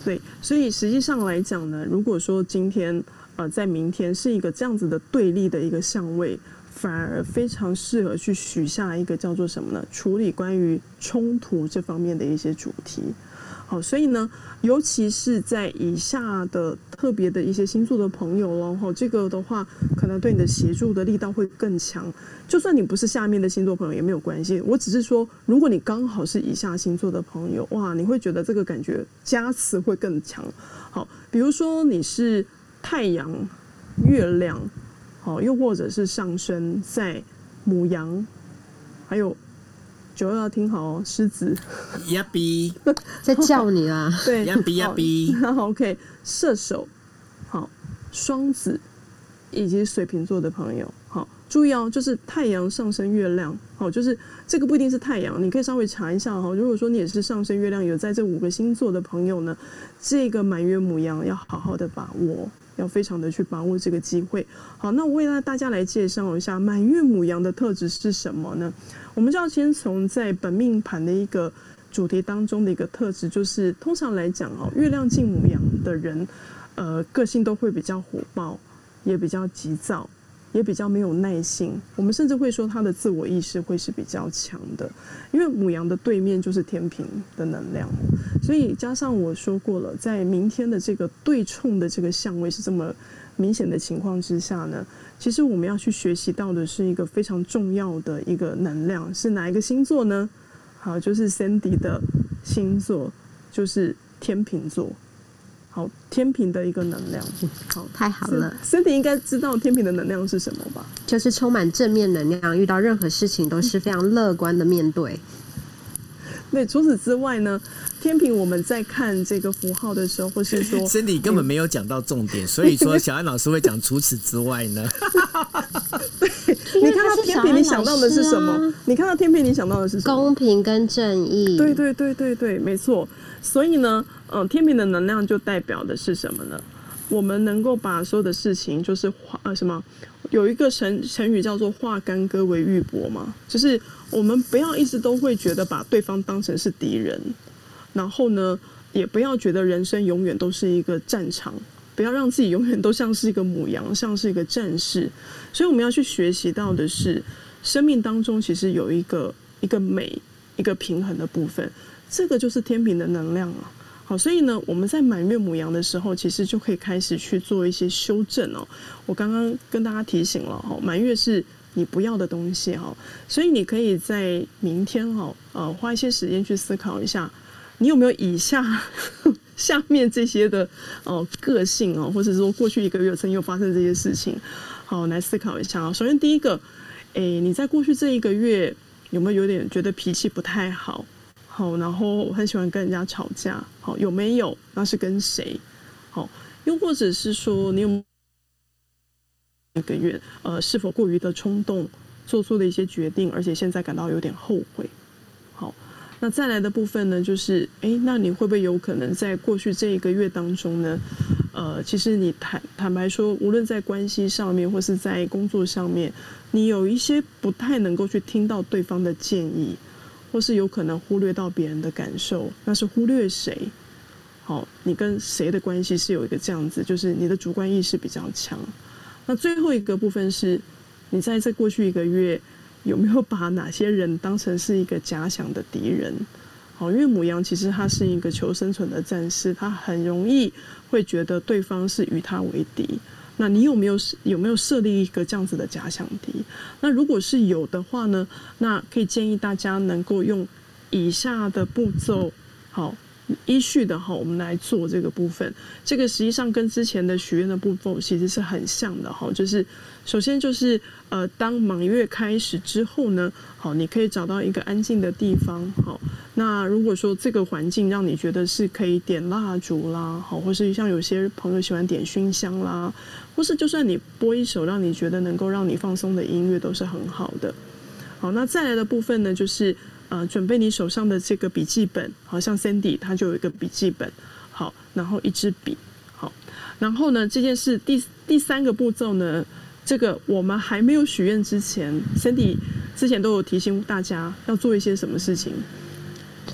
对，所以实际上来讲呢，如果说今天在明天是一个这样子的对立的一个相位，反而非常适合去许下一个叫做什么呢？处理关于冲突这方面的一些主题。好，所以呢，尤其是在以下的特别的一些星座的朋友咯，这个的话可能对你的协助的力道会更强。就算你不是下面的星座朋友也没有关系，我只是说，如果你刚好是以下星座的朋友，哇，你会觉得这个感觉加持会更强。好，比如说你是太阳、月亮，好，又或者是上升在牡羊，还有9要听好哦，狮子， 呀比在叫你啊， 对， 呀比呀比， 好 ，OK， 射手，好，双子以及水瓶座的朋友，好，注意哦，就是太阳、上升、月亮，好，就是这个不一定是太阳，你可以稍微查一下哈。如果说你也是上升、月亮有在这5个星座的朋友呢，这个满月牡羊要好好的把握。要非常的去把握这个机会。好，那我为大家来介绍一下满月牡羊的特质是什么呢？我们就要先从在本命盘的一个主题当中的一个特质，就是通常来讲月亮进牡羊的人，个性都会比较火爆，也比较急躁，也比较没有耐性。我们甚至会说他的自我意识会是比较强的，因为牡羊的对面就是天秤的能量，所以加上我说过了，在明天的这个对冲的这个相位是这么明显的情况之下呢，其实我们要去学习到的是一个非常重要的一个能量，是哪一个星座呢？好，就是 Sandy 的星座，就是天秤座。好，天秤的一个能量，好， 太好了。 Sandy 应该知道天秤的能量是什么吧？ 就是充满正面能量，遇到任何事情都是非常乐观的面对。 对，除此之外呢，天秤我们在看这个符号的时候，或是说 Sandy 根本没有讲到重点，所以说小安老师会讲除此之外呢。 你看到天秤，你想到的是什么？你看到天秤，你想到的是什么？ 公平跟正义。 对对对对对，没错。所以呢，天秤的能量就代表的是什么呢？我们能够把所有的事情，就是什么？有一个成语叫做“化干戈为玉帛”嘛，就是我们不要一直都会觉得把对方当成是敌人，然后呢，也不要觉得人生永远都是一个战场，不要让自己永远都像是一个牡羊，像是一个战士。所以我们要去学习到的是，生命当中其实有一个美、一个平衡的部分，这个就是天秤的能量啊。好，所以呢，我们在满月牡羊的时候，其实就可以开始去做一些修正哦。我刚刚跟大家提醒了哈，满月是你不要的东西哈，所以你可以在明天花一些时间去思考一下，你有没有以下面这些的个性哦，或者说过去1个月曾经有发生这些事情，好，来思考一下啊。首先第一个，你在过去这1个月有没有点觉得脾气不太好？好，然后很喜欢跟人家吵架，好，有没有？那是跟谁？好，又或者是说你有1个月是否过于的冲动，做出了一些决定，而且现在感到有点后悔？好，那再来的部分呢，就是那你会不会有可能在过去这1个月当中呢？其实你坦白说，无论在关系上面或是在工作上面，你有一些不太能够去听到对方的建议。或是有可能忽略到别人的感受，那是忽略谁？好，你跟谁的关系是有一个这样子，就是你的主观意识比较强。那最后一个部分是，你在这过去1个月有没有把哪些人当成是一个假想的敌人？好，因为牡羊其实他是一个求生存的战士，他很容易会觉得对方是与他为敌。那你有没有设立一个这样子的假想敌？那如果是有的话呢，那可以建议大家能够用以下的步骤，好，依序的我们来做这个部分。这个实际上跟之前的许愿的部分其实是很像的哈，就是首先就是当满月开始之后呢，好，你可以找到一个安静的地方，好，那如果说这个环境让你觉得是可以点蜡烛啦，好，或是像有些朋友喜欢点熏香啦，或是就算你播一首让你觉得能够让你放松的音乐都是很好的。好，那再来的部分呢，就是准备你手上的这个笔记本，好像 Sandy 他就有一个笔记本，好，然后一支笔，好，然后呢这件事第3个步骤呢，这个我们还没有许愿之前 ，Sandy 之前都有提醒大家要做一些什么事情。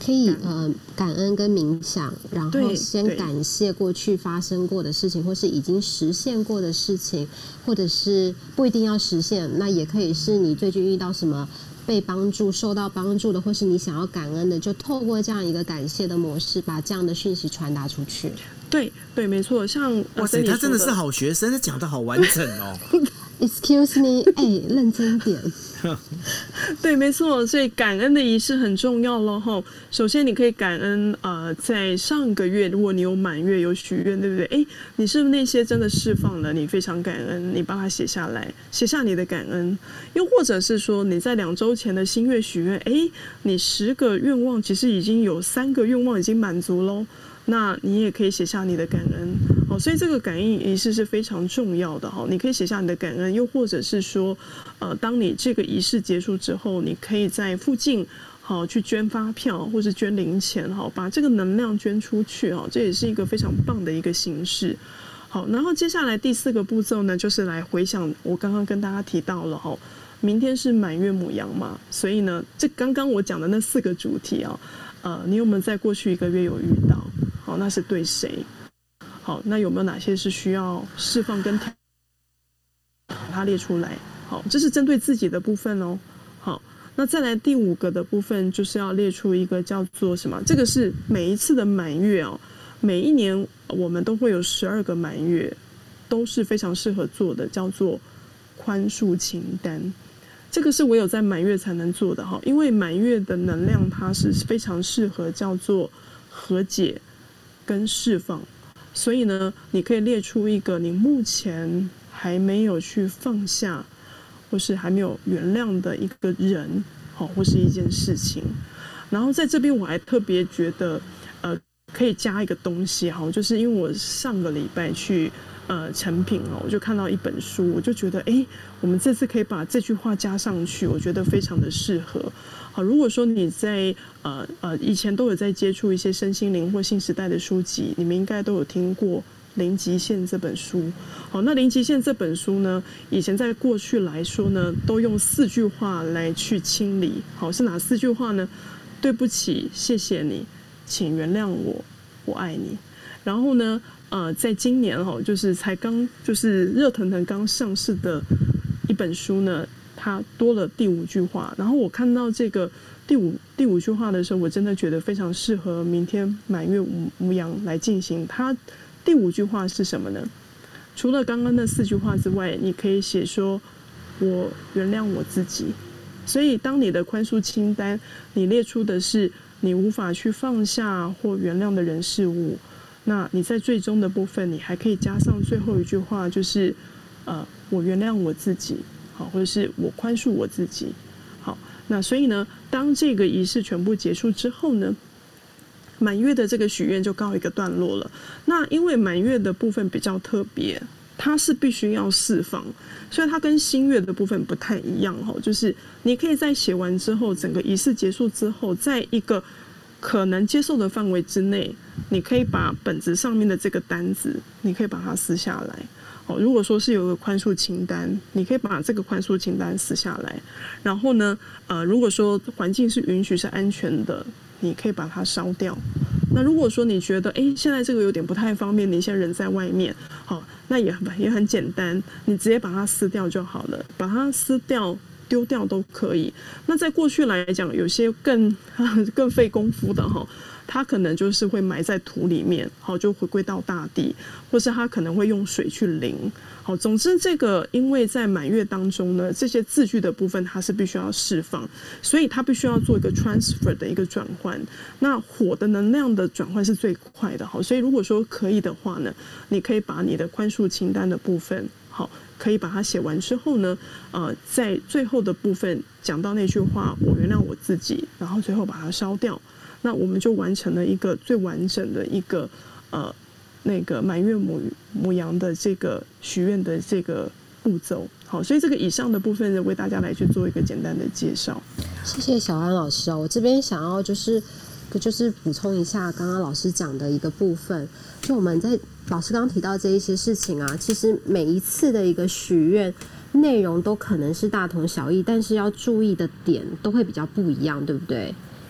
可以感恩跟冥想，然后先感谢过去发生过的事情，或是已经实现过的事情，或者是不一定要实现，那也可以是你最近遇到什么被帮助、受到帮助的，或是你想要感恩的，就透过这样一个感谢的模式，把这样的讯息传达出去。 对，没错。像哇塞，他真的是好学生，他讲得好完整哦。 Excuse me， 认真点。 对，没错，所以感恩的仪式很重要咯齁。首先，你可以感恩在上个月，如果你有满月有许愿，对不对？你是不是那些真的释放了？你非常感恩，你把它写下来，写下你的感恩。又或者是说，你在2周前的新月许愿，你10个愿望，其实已经有3个愿望已经满足咯。那你也可以写下你的感恩，所以这个感恩仪式是非常重要的哈。你可以写下你的感恩，又或者是说，当你这个仪式结束之后，你可以在附近去捐发票或是捐零钱把这个能量捐出去这也是一个非常棒的一个形式。好，然后接下来第4个步骤呢，就是来回想我刚刚跟大家提到了明天是满月牡羊嘛，所以呢，这刚刚我讲的那4个主题你有没有在过去1个月有遇到？好，那是对谁？好，那有没有哪些是需要释放跟把它列出来？好，这是针对自己的部分哦。好，那再来第5个的部分，就是要列出一个叫做什么？这个是每一次的满月每一年我们都会有12个满月，都是非常适合做的，叫做宽恕清单。这个是我有在满月才能做的因为满月的能量它是非常适合叫做和解跟释放，所以呢，你可以列出一个你目前还没有去放下，或是还没有原谅的一个人，或是一件事情。然后在这边我还特别觉得，可以加一个东西就是因为我上个礼拜去成品我就看到一本书，我就觉得我们这次可以把这句话加上去，我觉得非常的适合。好，如果说你在以前都有在接触一些身心灵或新时代的书籍，你们应该都有听过《零极限》这本书。好，那《零极限》这本书呢，以前在过去来说呢，都用4句话来去清理。好，是哪4句话呢？对不起，谢谢你，请原谅我，我爱你。然后呢，在今年就是才刚就是热腾腾刚上市的一本书呢，它多了第5句话。然后我看到这个第五句话的时候，我真的觉得非常适合明天满月牡羊来进行。它第5句话是什么呢？除了刚刚那4句话之外，你可以写说我原谅我自己。所以当你的宽恕清单你列出的是你无法去放下或原谅的人事物，那你在最终的部分你还可以加上最后一句话，就是我原谅我自己，好，或者是我宽恕我自己。好，那所以呢，当这个仪式全部结束之后呢，满月的这个许愿就告一个段落了。那因为满月的部分比较特别，它是必须要释放，所以它跟新月的部分不太一样就是你可以在写完之后，整个仪式结束之后，在一个可能接受的范围之内，你可以把本子上面的这个单子，你可以把它撕下来。如果说是有个宽恕清单，你可以把这个宽恕清单撕下来。然后呢，如果说环境是允许是安全的，你可以把它烧掉。那如果说你觉得现在这个有点不太方便，你现在人在外面，好，那也很简单，你直接把它撕掉就好了，把它撕掉丢掉都可以。那在过去来讲，有些更费功夫的它可能就是会埋在土里面，好，就回归到大地，或是它可能会用水去淋。好，总之这个因为在满月当中呢，这些字句的部分它是必须要释放，所以它必须要做一个 transfer 的一个转换。那火的能量的转换是最快的，好，所以如果说可以的话呢，你可以把你的宽恕清单的部分，好，可以把它写完之后呢，在最后的部分讲到那句话，我原谅我自己，然后最后把它烧掉。那我们就完成了一个最完整的一个那个满月牡羊的这个许愿的这个步骤。好，所以这个以上的部分呢，为大家来去做一个简单的介绍。 谢谢小安老师我这边想要就是补充一下刚刚老师讲的一个部分，就我们在老师刚刚提到这一些事情啊，其实每一次的一个许愿内容都可能是大同小异，但是要注意的点都会比较不一样，对不对？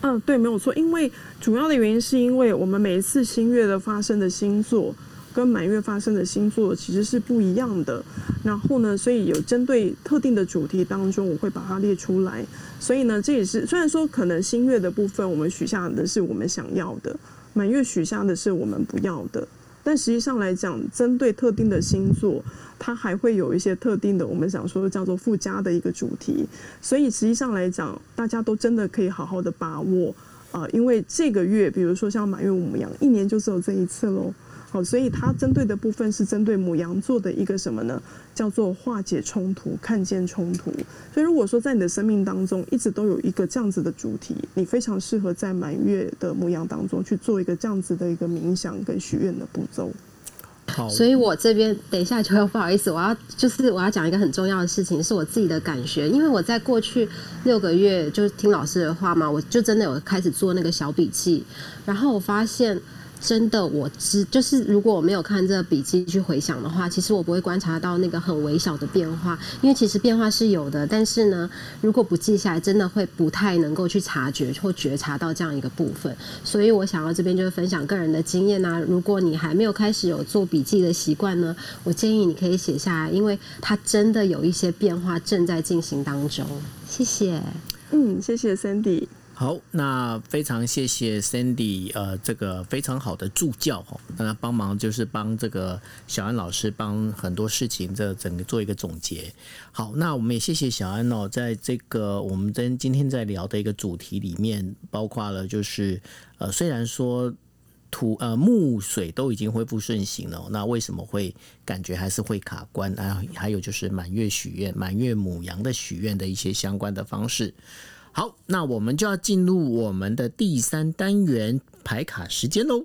对，没有错。因为主要的原因是因为我们每一次新月的发生的星座跟满月发生的星座其实是不一样的。然后呢，所以有针对特定的主题当中，我会把它列出来。所以呢，这也是虽然说可能新月的部分我们许下的是我们想要的，满月许下的是我们不要的。但实际上来讲，针对特定的星座，它还会有一些特定的，我们想说叫做附加的一个主题。所以实际上来讲，大家都真的可以好好的把握，因为这个月，比如说像满月牡羊，一年就只有这一次咯。好，所以它针对的部分是针对牡羊座的一个什么呢？叫做化解冲突，看见冲突。所以如果说在你的生命当中一直都有一个这样子的主题，你非常适合在满月的牡羊当中去做一个这样子的一个冥想跟许愿的步骤。 好， 所以我这边等一下就不好意思，我要讲一个很重要的事情，是我自己的感觉，因为我在过去6个月就听老师的话嘛，我就真的有开始做那个小笔记，然后我发现。真的，就是如果我没有看这个笔记去回想的话，其实我不会观察到那个很微小的变化，因为其实变化是有的，但是呢，如果不记下来，真的会不太能够去察觉或觉察到这样一个部分。所以我想要这边就是分享个人的经验啊，如果你还没有开始有做笔记的习惯呢，我建议你可以写下来，因为它真的有一些变化正在进行当中。谢谢。 谢谢 Sandy。 好，那非常谢谢 Sandy， 这个非常好的助教那他帮忙就是帮这个小安老师帮很多事情这整个做一个总结。好，那我们也谢谢小安在这个我们今天在聊的一个主题里面，包括了就是虽然说木水都已经恢复顺行了，那为什么会感觉还是会卡关？还有就是满月许愿、满月牡羊的许愿的一些相关的方式。好，那我们就要进入我们的第3单元牌卡时间喽。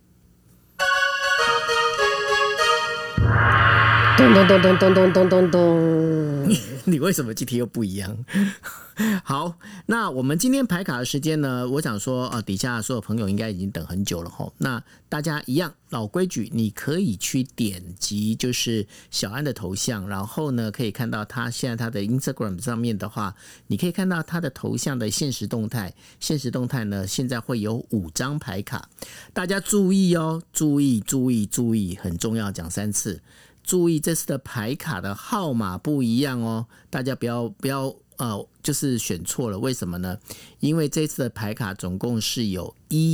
咚咚咚咚咚咚咚咚咚， 你为什么今天又不一样？好，那我们今天牌卡的时间呢？我想说，底下所有朋友应该已经等很久了吼。那大家一样老规矩，你可以去点击就是小安的头像，然后呢可以看到现在他的 Instagram 上面的话，你可以看到他的头像的限时动态。限时动态呢，现在会有5张牌卡，大家注意哦，注意，很重要，讲3次。注意这次的牌卡的号码不一样哦，大家不要就是选错了。为什么呢？因为这次的牌卡总共是有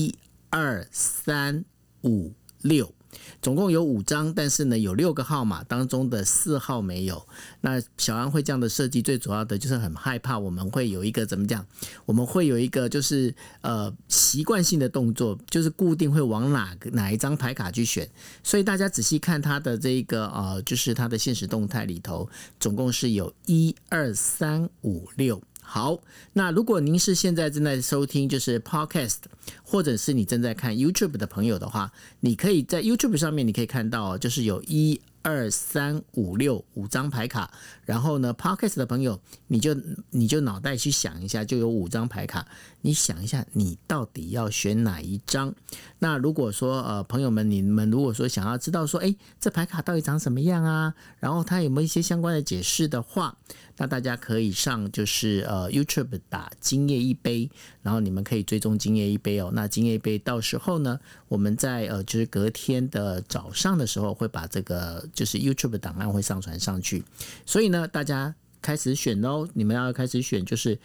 1、2、3、5、6，总共有5张，但是呢有6个号码当中的4号没有。那小安会这样的设计，最主要的就是很害怕我们会有一个怎么讲？我们会有一个就是习惯性的动作，就是固定会往哪一张牌卡去选。所以大家仔细看它的这个就是它的限时动态里头，总共是有1、2、3、5、6。好，那如果您是现在正在收听就是 Podcast， 或者是你正在看 YouTube 的朋友的话，你可以在 YouTube 上面你可以看到就是有1、2、3、5、6 5张牌卡，然后呢 Podcast 的朋友你就脑袋去想一下，就有5张牌卡，你想一下你到底要选哪一张。那如果说朋友们你们如果说想要知道说这牌卡到底长什么样啊，然后它有没有一些相关的解释的话，那大家可以上就是YouTube 打今夜一杯，然后你们可以追踪今夜一杯哦。那今夜一杯到时候呢，我们在就是隔天的早上的时候会把这个就是 YouTube 档案会上传上去，所以呢大家开始选咯，你们要开始选就是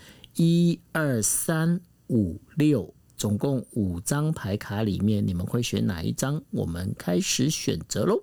1、2、3、5、6，总共5张牌卡里面你们会选哪一张？我们开始选择咯。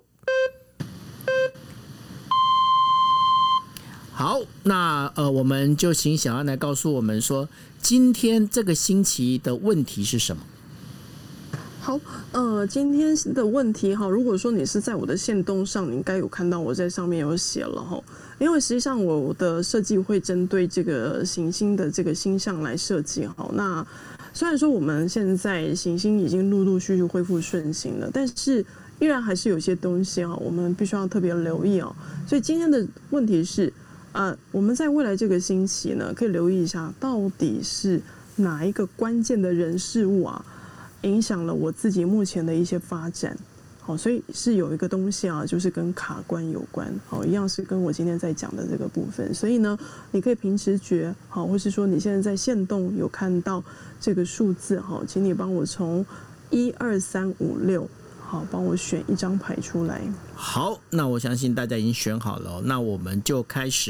好，那我们就请小安来告诉我们说，今天这个星期的问题是什么？ 好，今天的问题哈，如果说你是在我的限动上，你应该有看到我在上面有写了哈，因为实际上我的设计会针对这个行星的这个星象来设计哈。那虽然说我们现在行星已经陆陆续续恢复顺行了，但是依然还是有些东西哈，我们必须要特别留意哦。所以今天的问题是，我们在未来这个星期呢，可以留意一下，到底是哪一个关键的人事物啊，影响了我自己目前的一些发展。 好，所以是有一个东西啊，就是跟卡关有关，好，一样是跟我今天在讲的这个部分。所以呢，你可以凭直觉，好，或是说你现在在限动有看到这个数字，好，请你帮我从1、2、3、5、6，好，帮我选一张牌出来。 好，那我相信大家已经选好了，那我们就开始。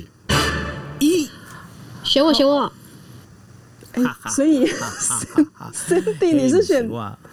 选我。 所以 Cindy 你是选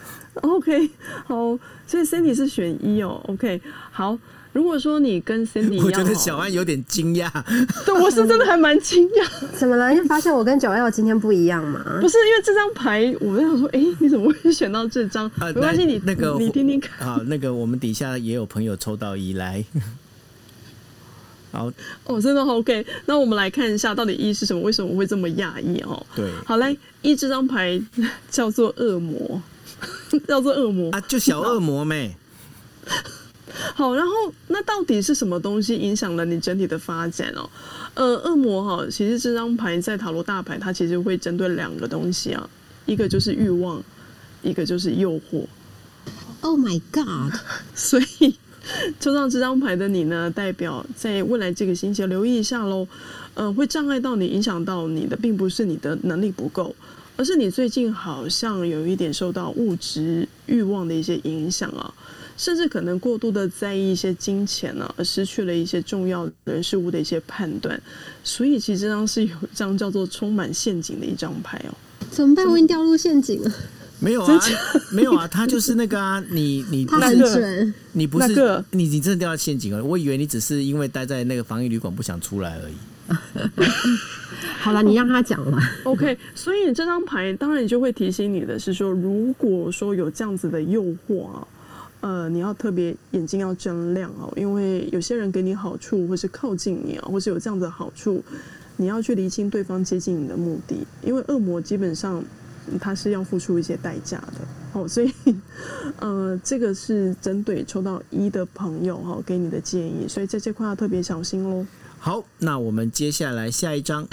OK 好，所以 Cindy 是选1哦。OK 好，如果说你跟 Cindy 一样， 我觉得小安有点惊讶。 对，我是真的还蛮惊讶。 怎么了？因为发现我跟911今天不一样嘛？ 不是，因为这张牌，我在想说，你怎么会选到这张？没关系，你听听看。 好，那个我们底下也有朋友抽到1来。好真的 OK。那我们来看一下，到底1是什么？为什么会这么讶异哦？ 对， 好，来1这张牌叫做恶魔，叫做恶魔啊，就小恶魔咩？ 好，然后那到底是什么东西影响了你整体的发展哦？恶魔哈，其实这张牌在塔罗大牌，它其实会针对2个东西啊，一个就是欲望，一个就是诱惑。 Oh my god！ 所以抽到这张牌的你呢，代表在未来这个星期留意一下咯。会障碍到你、影响到你的，并不是你的能力不够，而是你最近好像有一点受到物质欲望的一些影响啊，甚至可能过度的在意一些金钱啊，而失去了一些重要人事物的一些判断。所以其实这张是有一张叫做充满陷阱的一张牌哦。 怎么办？我已经掉入陷阱了。 没有啊，没有啊，他就是那个啊，你他很准， 你不是你真的掉到陷阱了。我以为你只是因为待在那个防疫旅馆不想出来而已。 好了，你让他讲了。 OK， 所以这张牌当然就会提醒你的是说，如果说有这样子的诱惑啊，你要特别眼睛要睁亮哦，因为有些人给你好处，或是靠近你啊，或是有这样子的好处，你要去厘清对方接近你的目的，因为恶魔基本上他是要付出一些代价的哦，所以这个是针对抽到1的朋友哈给你的建议，所以在这块要特别小心咯。 好，那我们接下来下一张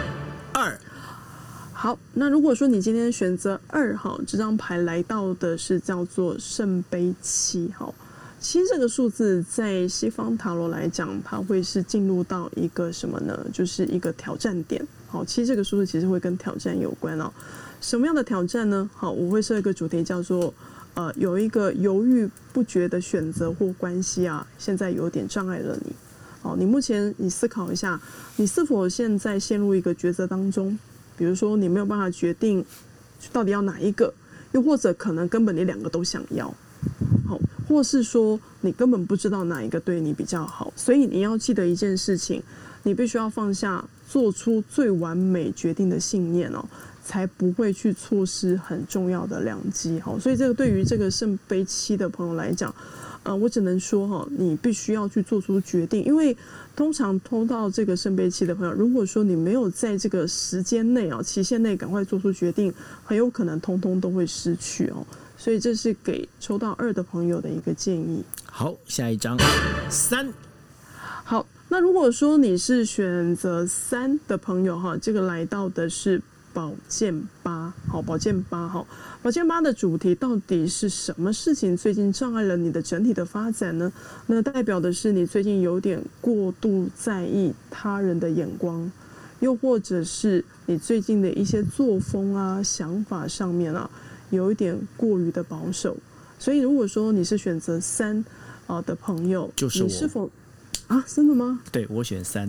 2。 好，那如果说你今天选择2号这张牌来到的是叫做圣杯7号，其实这个数字在西方塔罗来讲，它会是进入到一个什么呢？就是一个挑战点。好，其实这个数字其实会跟挑战有关哦。什么样的挑战呢？好，我会设一个主题叫做有一个犹豫不决的选择或关系啊，现在有点障碍了你。好，你目前你思考一下，你是否现在陷入一个抉择当中？比如说你没有办法决定到底要哪一个，又或者可能根本你2个都想要。好，或是说你根本不知道哪一个对你比较好，所以你要记得一件事情，你必须要放下做出最完美决定的信念哦，才不会去错失很重要的良机。好，所以这个对于这个圣杯7的朋友来讲，我只能说哈，你必须要去做出决定，因为通常抽到这个圣杯7的朋友，如果说你没有在这个时间内啊期限内赶快做出决定，很有可能通通都会失去哦。所以这是给抽到2的朋友的一个建议。 好，下一张3。 好，那如果说你是选择3的朋友哈，这个来到的是宝剑8。好，宝剑8号，宝剑8的主题到底是什么事情最近障碍了你的整体的发展呢？那代表的是你最近有点过度在意他人的眼光，又或者是你最近的一些作风啊、想法上面啊，有一点过于的保守。所以如果说你是选择3的朋友， 就是我， 你是否真的吗？ 对，我选3。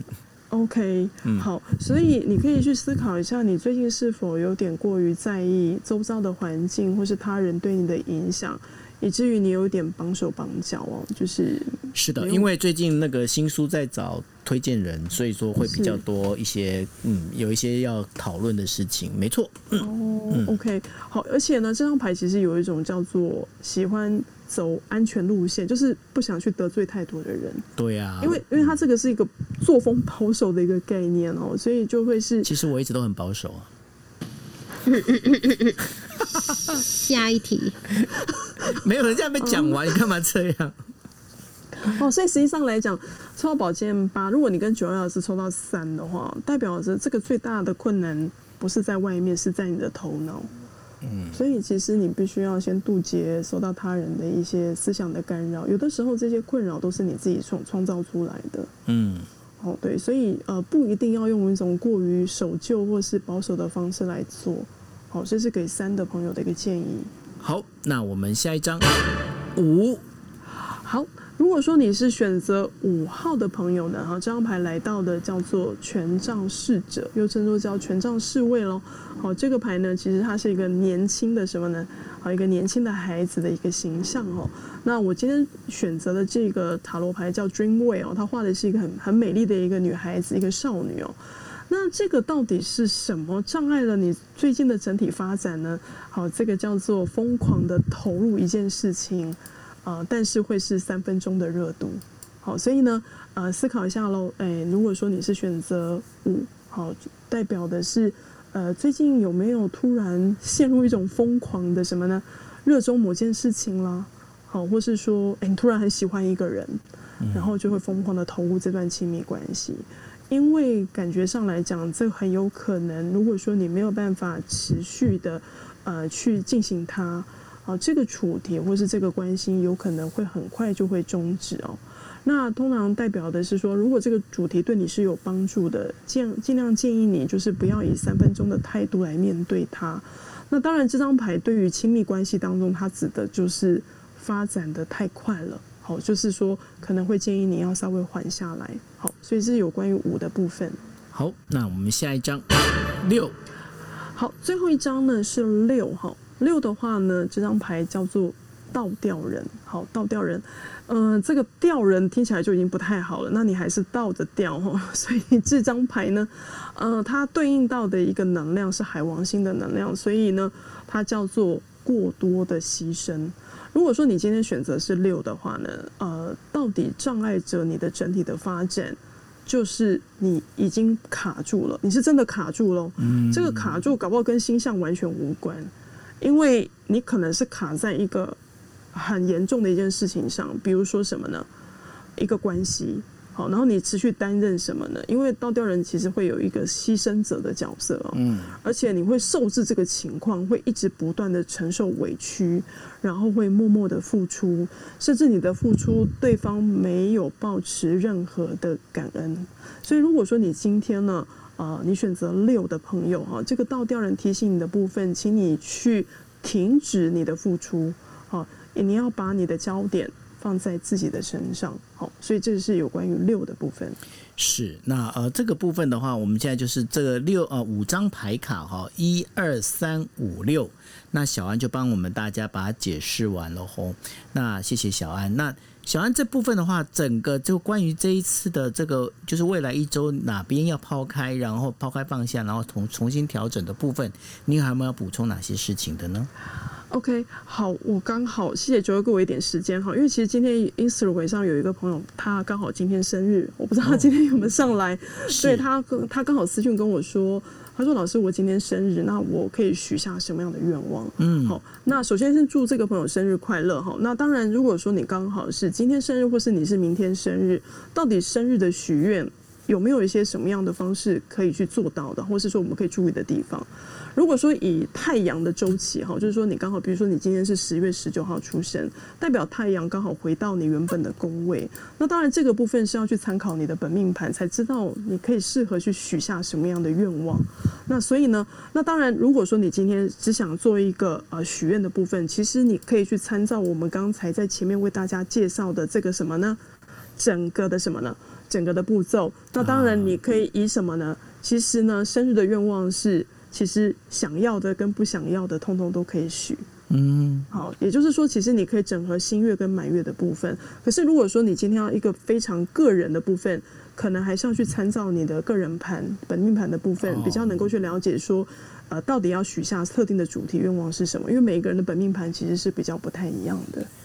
OK，好，所以你可以去思考一下，你最近是否有点过于在意周遭的环境或是他人对你的影响，以至于你有点绑手绑脚哦。 是的，因为最近那个新书在找推荐人，所以说会比较多一些有一些要讨论的事情，没错。 OK， 好，而且呢，这张牌其实有一种叫做喜欢走安全路线，就是不想去得罪太多的人。 对啊， 因为它这个是一个作风保守的一个概念哦，所以就会是。 其实我一直都很保守啊。 下一题。 没有人家没讲完，你干嘛这样？ 所以实际上来讲，抽到宝剑8，如果你跟9老师抽到3的话，代表着这个最大的困难不是在外面，是在你的头脑。 所以其实你必须要先杜绝受到他人的一些思想的干扰，有的时候这些困扰都是你自己创造出来的。对，所以不一定要用一种过于守旧或是保守的方式来做。好，这是给3的朋友的一个建议。 好，那我们下一张5。 好，如果说你是选择5号的朋友呢，这张牌来到的叫做权杖侍者，又称作叫权杖侍卫咯。好，这个牌呢，其实它是一个年轻的什么呢？一个年轻的孩子的一个形象哦。那我今天选择的这个塔罗牌叫 Dreamway 哦，它画的是一个很美丽的一个女孩子，一个少女哦。那这个到底是什么障碍了你最近的整体发展呢？好，这个叫做疯狂的投入一件事情。但是会是3分钟的热度。好，所以呢，思考一下喽。如果说你是选择5，好，代表的是最近有没有突然陷入一种疯狂的什么呢？热衷某件事情啦，好，或是说，你突然很喜欢一个人，然后就会疯狂的投入这段亲密关系。因为感觉上来讲，这很有可能，如果说你没有办法持续的去进行它。这个处题或是这个关系有可能会很快就会终止哦。那通常代表的是说，如果这个主题对你是有帮助的，尽量建议你就是不要以3分钟的态度来面对它。那当然，这张牌对于亲密关系当中，它指的就是发展的太快了。好，就是说可能会建议你要稍微缓下来。好，所以是有关于5的部分。 好，那我们下一张6。 好，最后一张呢是6哈。6的话呢，这张牌叫做倒吊人。好，倒吊人，这个吊人听起来就已经不太好了，那你还是倒着吊哈。所以这张牌呢，它对应到的一个能量是海王星的能量，所以呢，它叫做过多的牺牲。如果说你今天选择是6的话呢，到底障碍着你的整体的发展？就是你已经卡住了，你是真的卡住了。这个卡住搞不好跟星象完全无关。因为你可能是卡在一个很严重的一件事情上，比如说什么呢？一个关系，好，然后你持续担任什么呢？因为倒吊人其实会有一个牺牲者的角色哦，而且你会受制这个情况，会一直不断的承受委屈，然后会默默的付出，甚至你的付出对方没有抱持任何的感恩。所以如果说你今天呢，你选择6的朋友哈，这个倒吊人提醒你的部分，请你去停止你的付出，好，你要把你的焦点放在自己的身上，好，所以这是有关于6的部分。 是，那这个部分的话，我们现在就是这个5张牌卡哈，1、2、3、5、6，那小安就帮我们大家把它解释完了吼。那谢谢小安。那小安这部分的话，整个就关于这一次的这个，就是未来1周哪边要抛开，然后抛开放下，然后重新调整的部分，你还有没有补充哪些事情的呢 ？OK， 好，我刚好谢谢九哥给我一点时间哈，因为其实今天 Instagram 上有一个朋友，他刚好今天生日，我不知道他今天有没有上来，所以他刚好私讯跟我说，他说老师我今天生日，那我可以许下什么样的愿望？好，那首先是祝这个朋友生日快乐哈。那当然，如果说你刚好是今天生日，或是你是明天生日，到底生日的许愿有没有一些什么样的方式可以去做到的，或是说我们可以注意的地方？如果说以太阳的周期哈，就是说你刚好，比如说你今天是10月19号出生，代表太阳刚好回到你原本的宫位。那当然这个部分是要去参考你的本命盘，才知道你可以适合去许下什么样的愿望。那所以呢，那当然如果说你今天只想做一个许愿的部分，其实你可以去参照我们刚才在前面为大家介绍的这个什么呢？整个的什么呢？整个的步骤。那当然你可以以什么呢？其实呢，生日的愿望是。其实想要的跟不想要的通通都可以许。好，也就是说其实你可以整合新月跟满月的部分。可是如果说你今天要一个非常个人的部分，可能还是要去参照你的个人盘本命盘的部分，比较能够去了解说到底要许下特定的主题愿望是什么，因为每一个人的本命盘其实是比较不太一样的。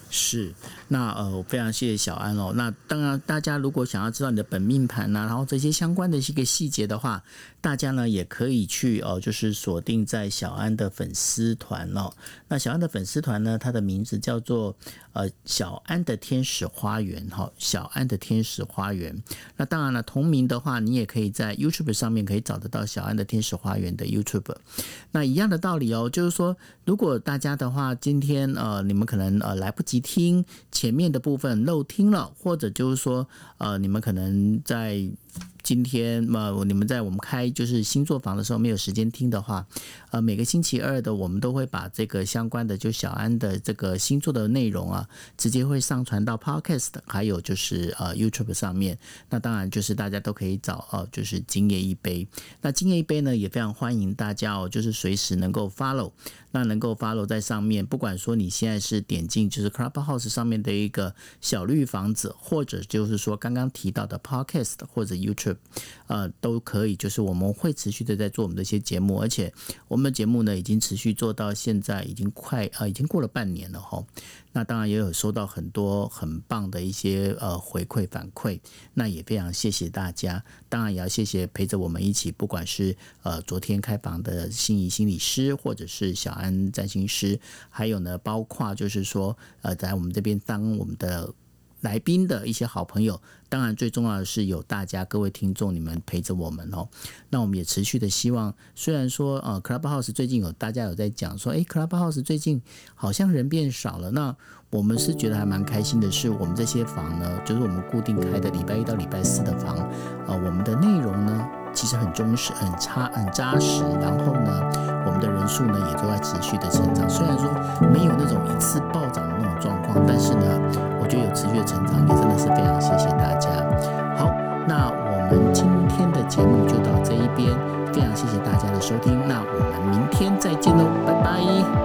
是，那我非常谢谢小安哦。那当然，大家如果想要知道你的本命盘然后这些相关的一个细节的话，大家呢也可以去就是锁定在小安的粉丝团哦。那小安的粉丝团呢，它的名字叫做小安的天使花园小安的天使花园。那当然了，同名的话，你也可以在 YouTube 上面可以找得到小安的天使花园的 YouTube。那一样的道理哦，就是说，如果大家的话，今天你们可能来不及听前面的部分漏听了，或者就是说你们可能在今天你们在我们开就是星座房的时候没有时间听的话，每个星期二的我们都会把这个相关的就小安的这个星座的内容直接会上传到 Podcast 还有就是YouTube 上面。那当然就是大家都可以找就是今夜一杯。那今夜一杯呢也非常欢迎大家就是随时能够 follow。那能够 follow 在上面，不管说你现在是点进就是 Clubhouse 上面的一个小绿房子，或者就是说刚刚提到的 Podcast 或者 YouTube，都可以。就是我们会持续的在做我们的一些节目，而且我们的节目呢已经持续做到现在已经过了半年了齁。那当然也有收到很多很棒的一些回馈反馈，那也非常谢谢大家。当然也要谢谢陪着我们一起，不管是昨天开房的心仪心理师，或者是小安占星师，还有呢包括就是说在我们这边当我们的来宾的一些好朋友。当然最重要的是有大家各位听众你们陪着我们那我们也持续的希望，虽然说Clubhouse 最近大家有在讲说Clubhouse 最近好像人变少了，那我们是觉得还蛮开心的是，我们这些房呢就是我们固定开的礼拜一到礼拜四的房我们的内容呢其实很忠实很扎实，然后呢我们的人数呢也都在持续的成长，虽然说没有那种一次暴涨的那种状况，但是呢我觉得有持续的成长，也真的是非常谢谢大家。好，那我们今天的节目就到这一边，非常谢谢大家的收听，那我们明天再见喽，拜拜。